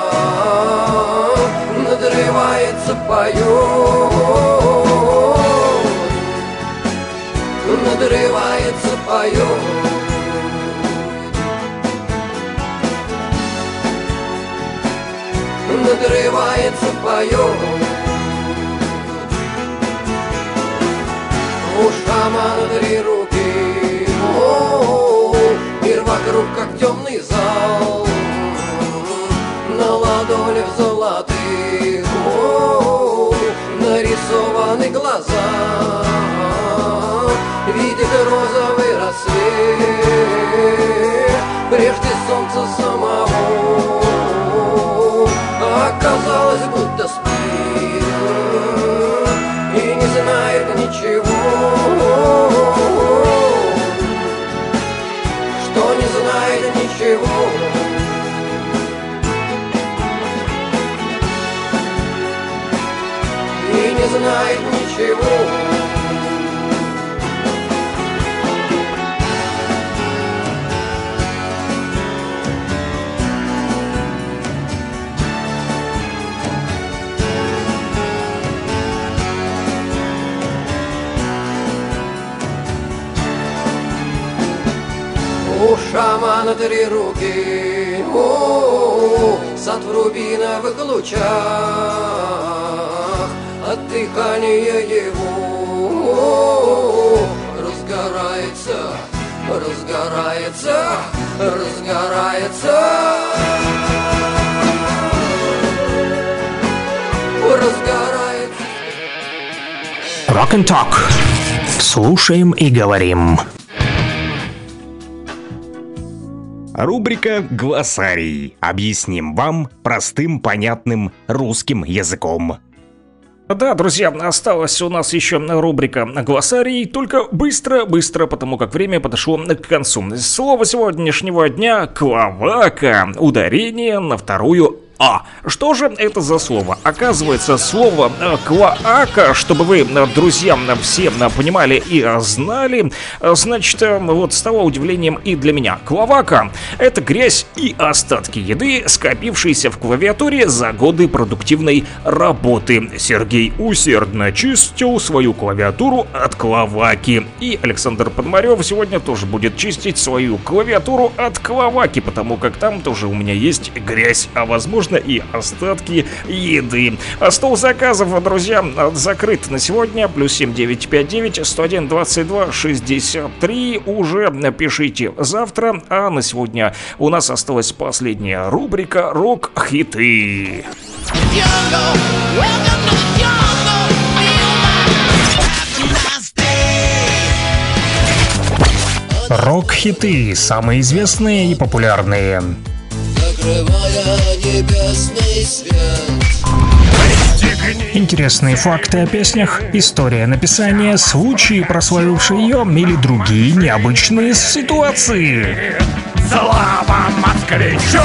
надрывается, поет, надрывается, поет. Надрывается, поет. У шамана три руки, о-о-о, мир вокруг как темный зал, на ладонях золотых, о-о-о, нарисованы глаза, видит розовый рассвет, прежде солнца самого, оказалось, будто спит и не знает ничего. Что не знает знает ничего. У шамана три руки, у сад в рубиновых лучах, от дыхания его разгорается, разгорается, разгорается, разгорается. Rock and Talk. Слушаем и говорим. Рубрика «Глоссарий». Объясним вам простым, понятным русским языком. Да, друзья, осталась у нас еще рубрика «Глоссарий», только быстро-быстро, потому как время подошло к концу. Слово сегодняшнего дня — «кловака». Ударение на вторую «а». Что же это за слово? Оказывается, слово «клоака», чтобы вы, друзья, все понимали и знали, значит, вот стало удивлением и для меня. Кловака — это грязь и остатки еды, скопившиеся в клавиатуре за годы продуктивной работы. Сергей усердно чистил свою клавиатуру от кловаки. И Александр Пономарев сегодня тоже будет чистить свою клавиатуру от кловаки, потому как там тоже у меня есть грязь, а возможно и остатки еды. Стол заказов, друзья, закрыт на сегодня. Плюс семь девять пять девять сто один двадцать два шестьдесят три. Уже пишите завтра. А на сегодня у нас осталась последняя рубрика «Рок-хиты». Рок-хиты. Самые известные и популярные. Интересные факты о песнях, история написания, случаи, прославившие ее, или другие необычные ситуации. Слава москвичу!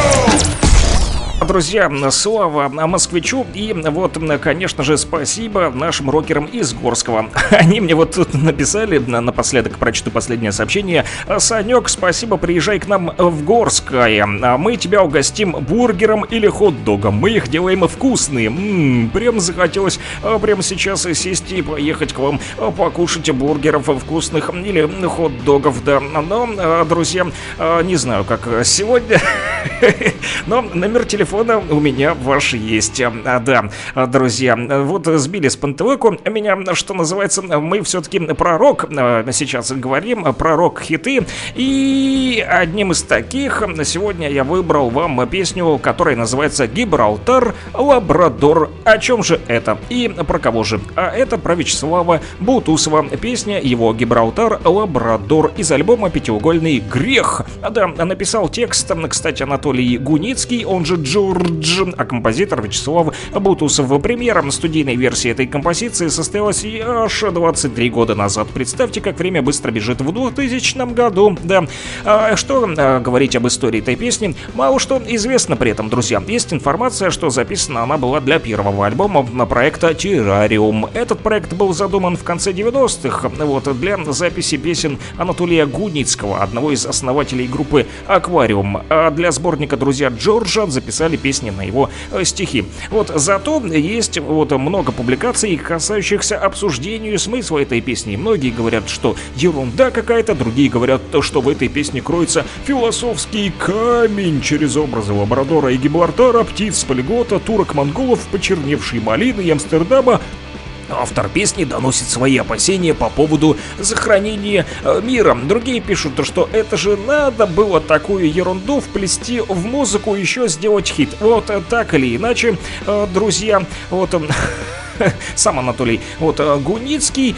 Друзья, слава москвичу. И вот, конечно же, спасибо нашим рокерам из Горского. Они мне вот тут написали, напоследок прочту последнее сообщение: «Санек, спасибо, приезжай к нам в Горское. Мы тебя угостим бургером или хот-догом. Мы их делаем вкусные». М-м, прям захотелось прямо сейчас сесть и поехать к вам покушать бургеров вкусных или хот-догов, да. Но, друзья, не знаю, как сегодня, но номер телефона у меня ваш есть. А, да, друзья, вот сбили с пантелыку меня, что называется. Мы все-таки про рок сейчас говорим, про рок-хиты. И одним из таких сегодня я выбрал вам песню, которая называется «Гибралтар Лабрадор». О чем же это? И про кого же? А это про Вячеслава Бутусова. Песня его «Гибралтар Лабрадор» из альбома «Пятиугольный грех». Да, написал текст, кстати, Анатолий Гуницкий, он же Джордж, а композитор Вячеслав Бутусов. Премьера студийной версии этой композиции состоялась аж двадцать три года назад. Представьте, как время быстро бежит. В двухтысячном году, да. А, что а, говорить об истории этой песни? Мало что известно при этом, друзья. Есть информация, что записана она была для первого альбома проекта «Террариум». Этот проект был задуман в конце девяностых, вот, для записи песен Анатолия Гуницкого, одного из основателей группы «Аквариум». А для сборника «Друзья Джорджа» записали песни на его э, стихи. Вот, зато есть вот много публикаций, касающихся обсуждению смысла этой песни. Многие говорят, что ерунда какая-то, другие говорят, что в этой песне кроется философский камень через образы лабрадора и гибралтара, птиц, полиглота, турок-монголов, почерневшей малины и Амстердама. Автор песни доносит свои опасения по поводу захоронения э, мира. Другие пишут, что это же надо было такую ерунду вплести в музыку, еще сделать хит. Вот так или иначе, э, друзья, вот... Сам Анатолий вот Гуницкий,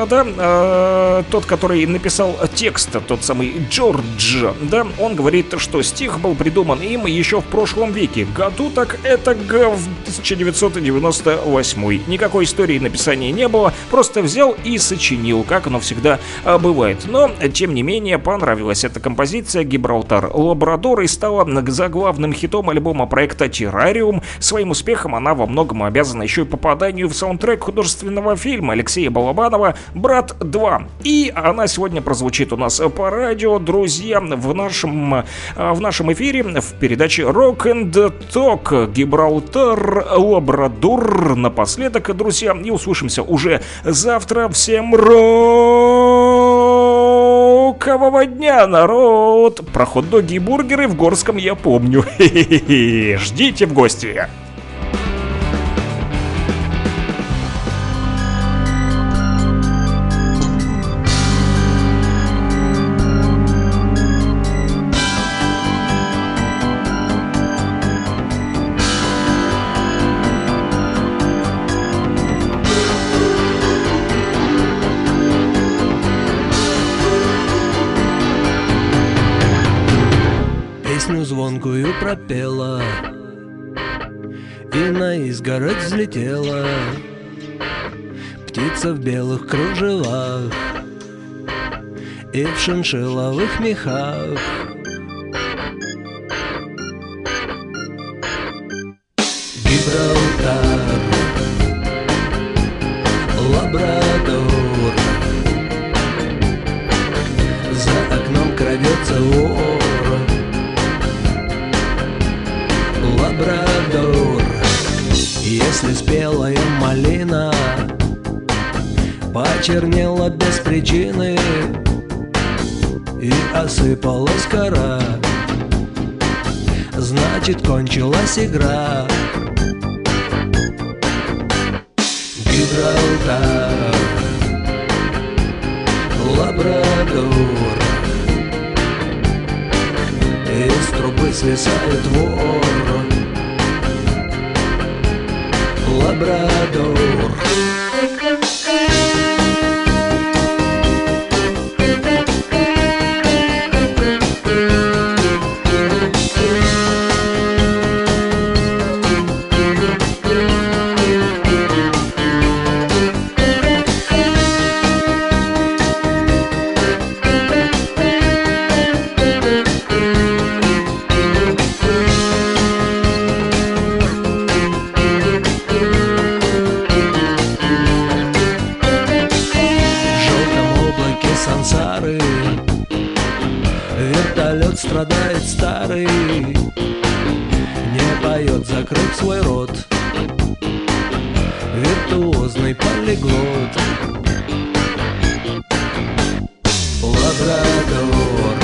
да, тот, который написал текст, тот самый Джордж, да, он говорит, что стих был придуман им еще в прошлом веке, году так это в тысяча девятьсот девяносто восьмой. Никакой истории написания не было, просто взял и сочинил, как оно всегда бывает. Но, тем не менее, понравилась эта композиция «Гибралтар Лабрадор» и стала заглавным хитом альбома проекта «Террариум». Своим успехом она во многом обязана еще и попаданию попаданию в саундтрек художественного фильма Алексея Балабанова «Брат два». И она сегодня прозвучит у нас по радио, друзья, в нашем, в нашем эфире в передаче Rock and Talk. Гибралтар, Лабрадор напоследок, друзья, и услышимся уже завтра. Всем рокового дня, народ! Про хот-доги и бургеры в Горском я помню. Хе-хе-хе. Ждите в гости. Песню звонкую пропела и на изгородь взлетела птица в белых кружевах и в шиншилловых мехах. Гибралтар, Лабрадор, за окном крадется вор. Лабрадор, если спелая малина почернела без причины и осыпалась кора, значит, кончилась игра. Гибралтар, Лабрадор, из трубы свисает вор. Лабрадор. Вертолет страдает старый, не поет, закрыт свой рот. Виртуозный полиглот. Лабрадор,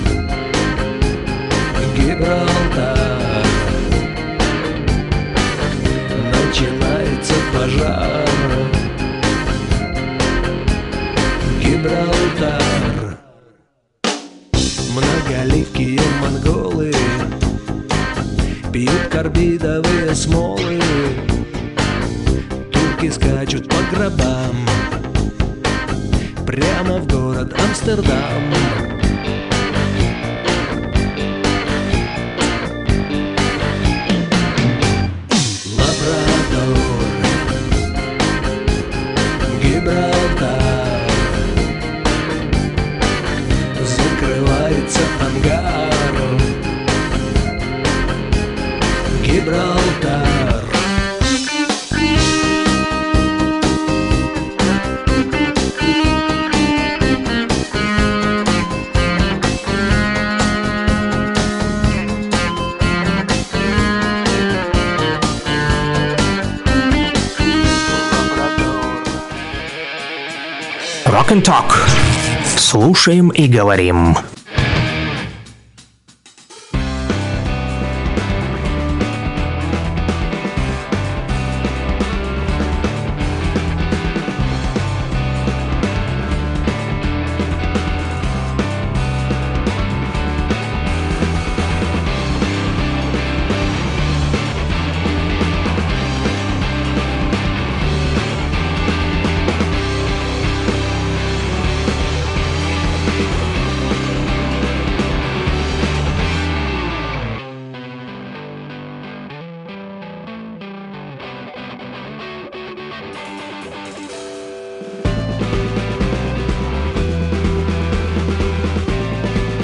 Гибралтар, начинается пожар. Гибралтар. Многоливкие монголы пьют карбидовые смолы. Турки скачут по гробам прямо в город Амстердам. Лабрадор, Гибралтар, закрывается ангар. Гибралтар. Rock and Talk. Слушаем и говорим.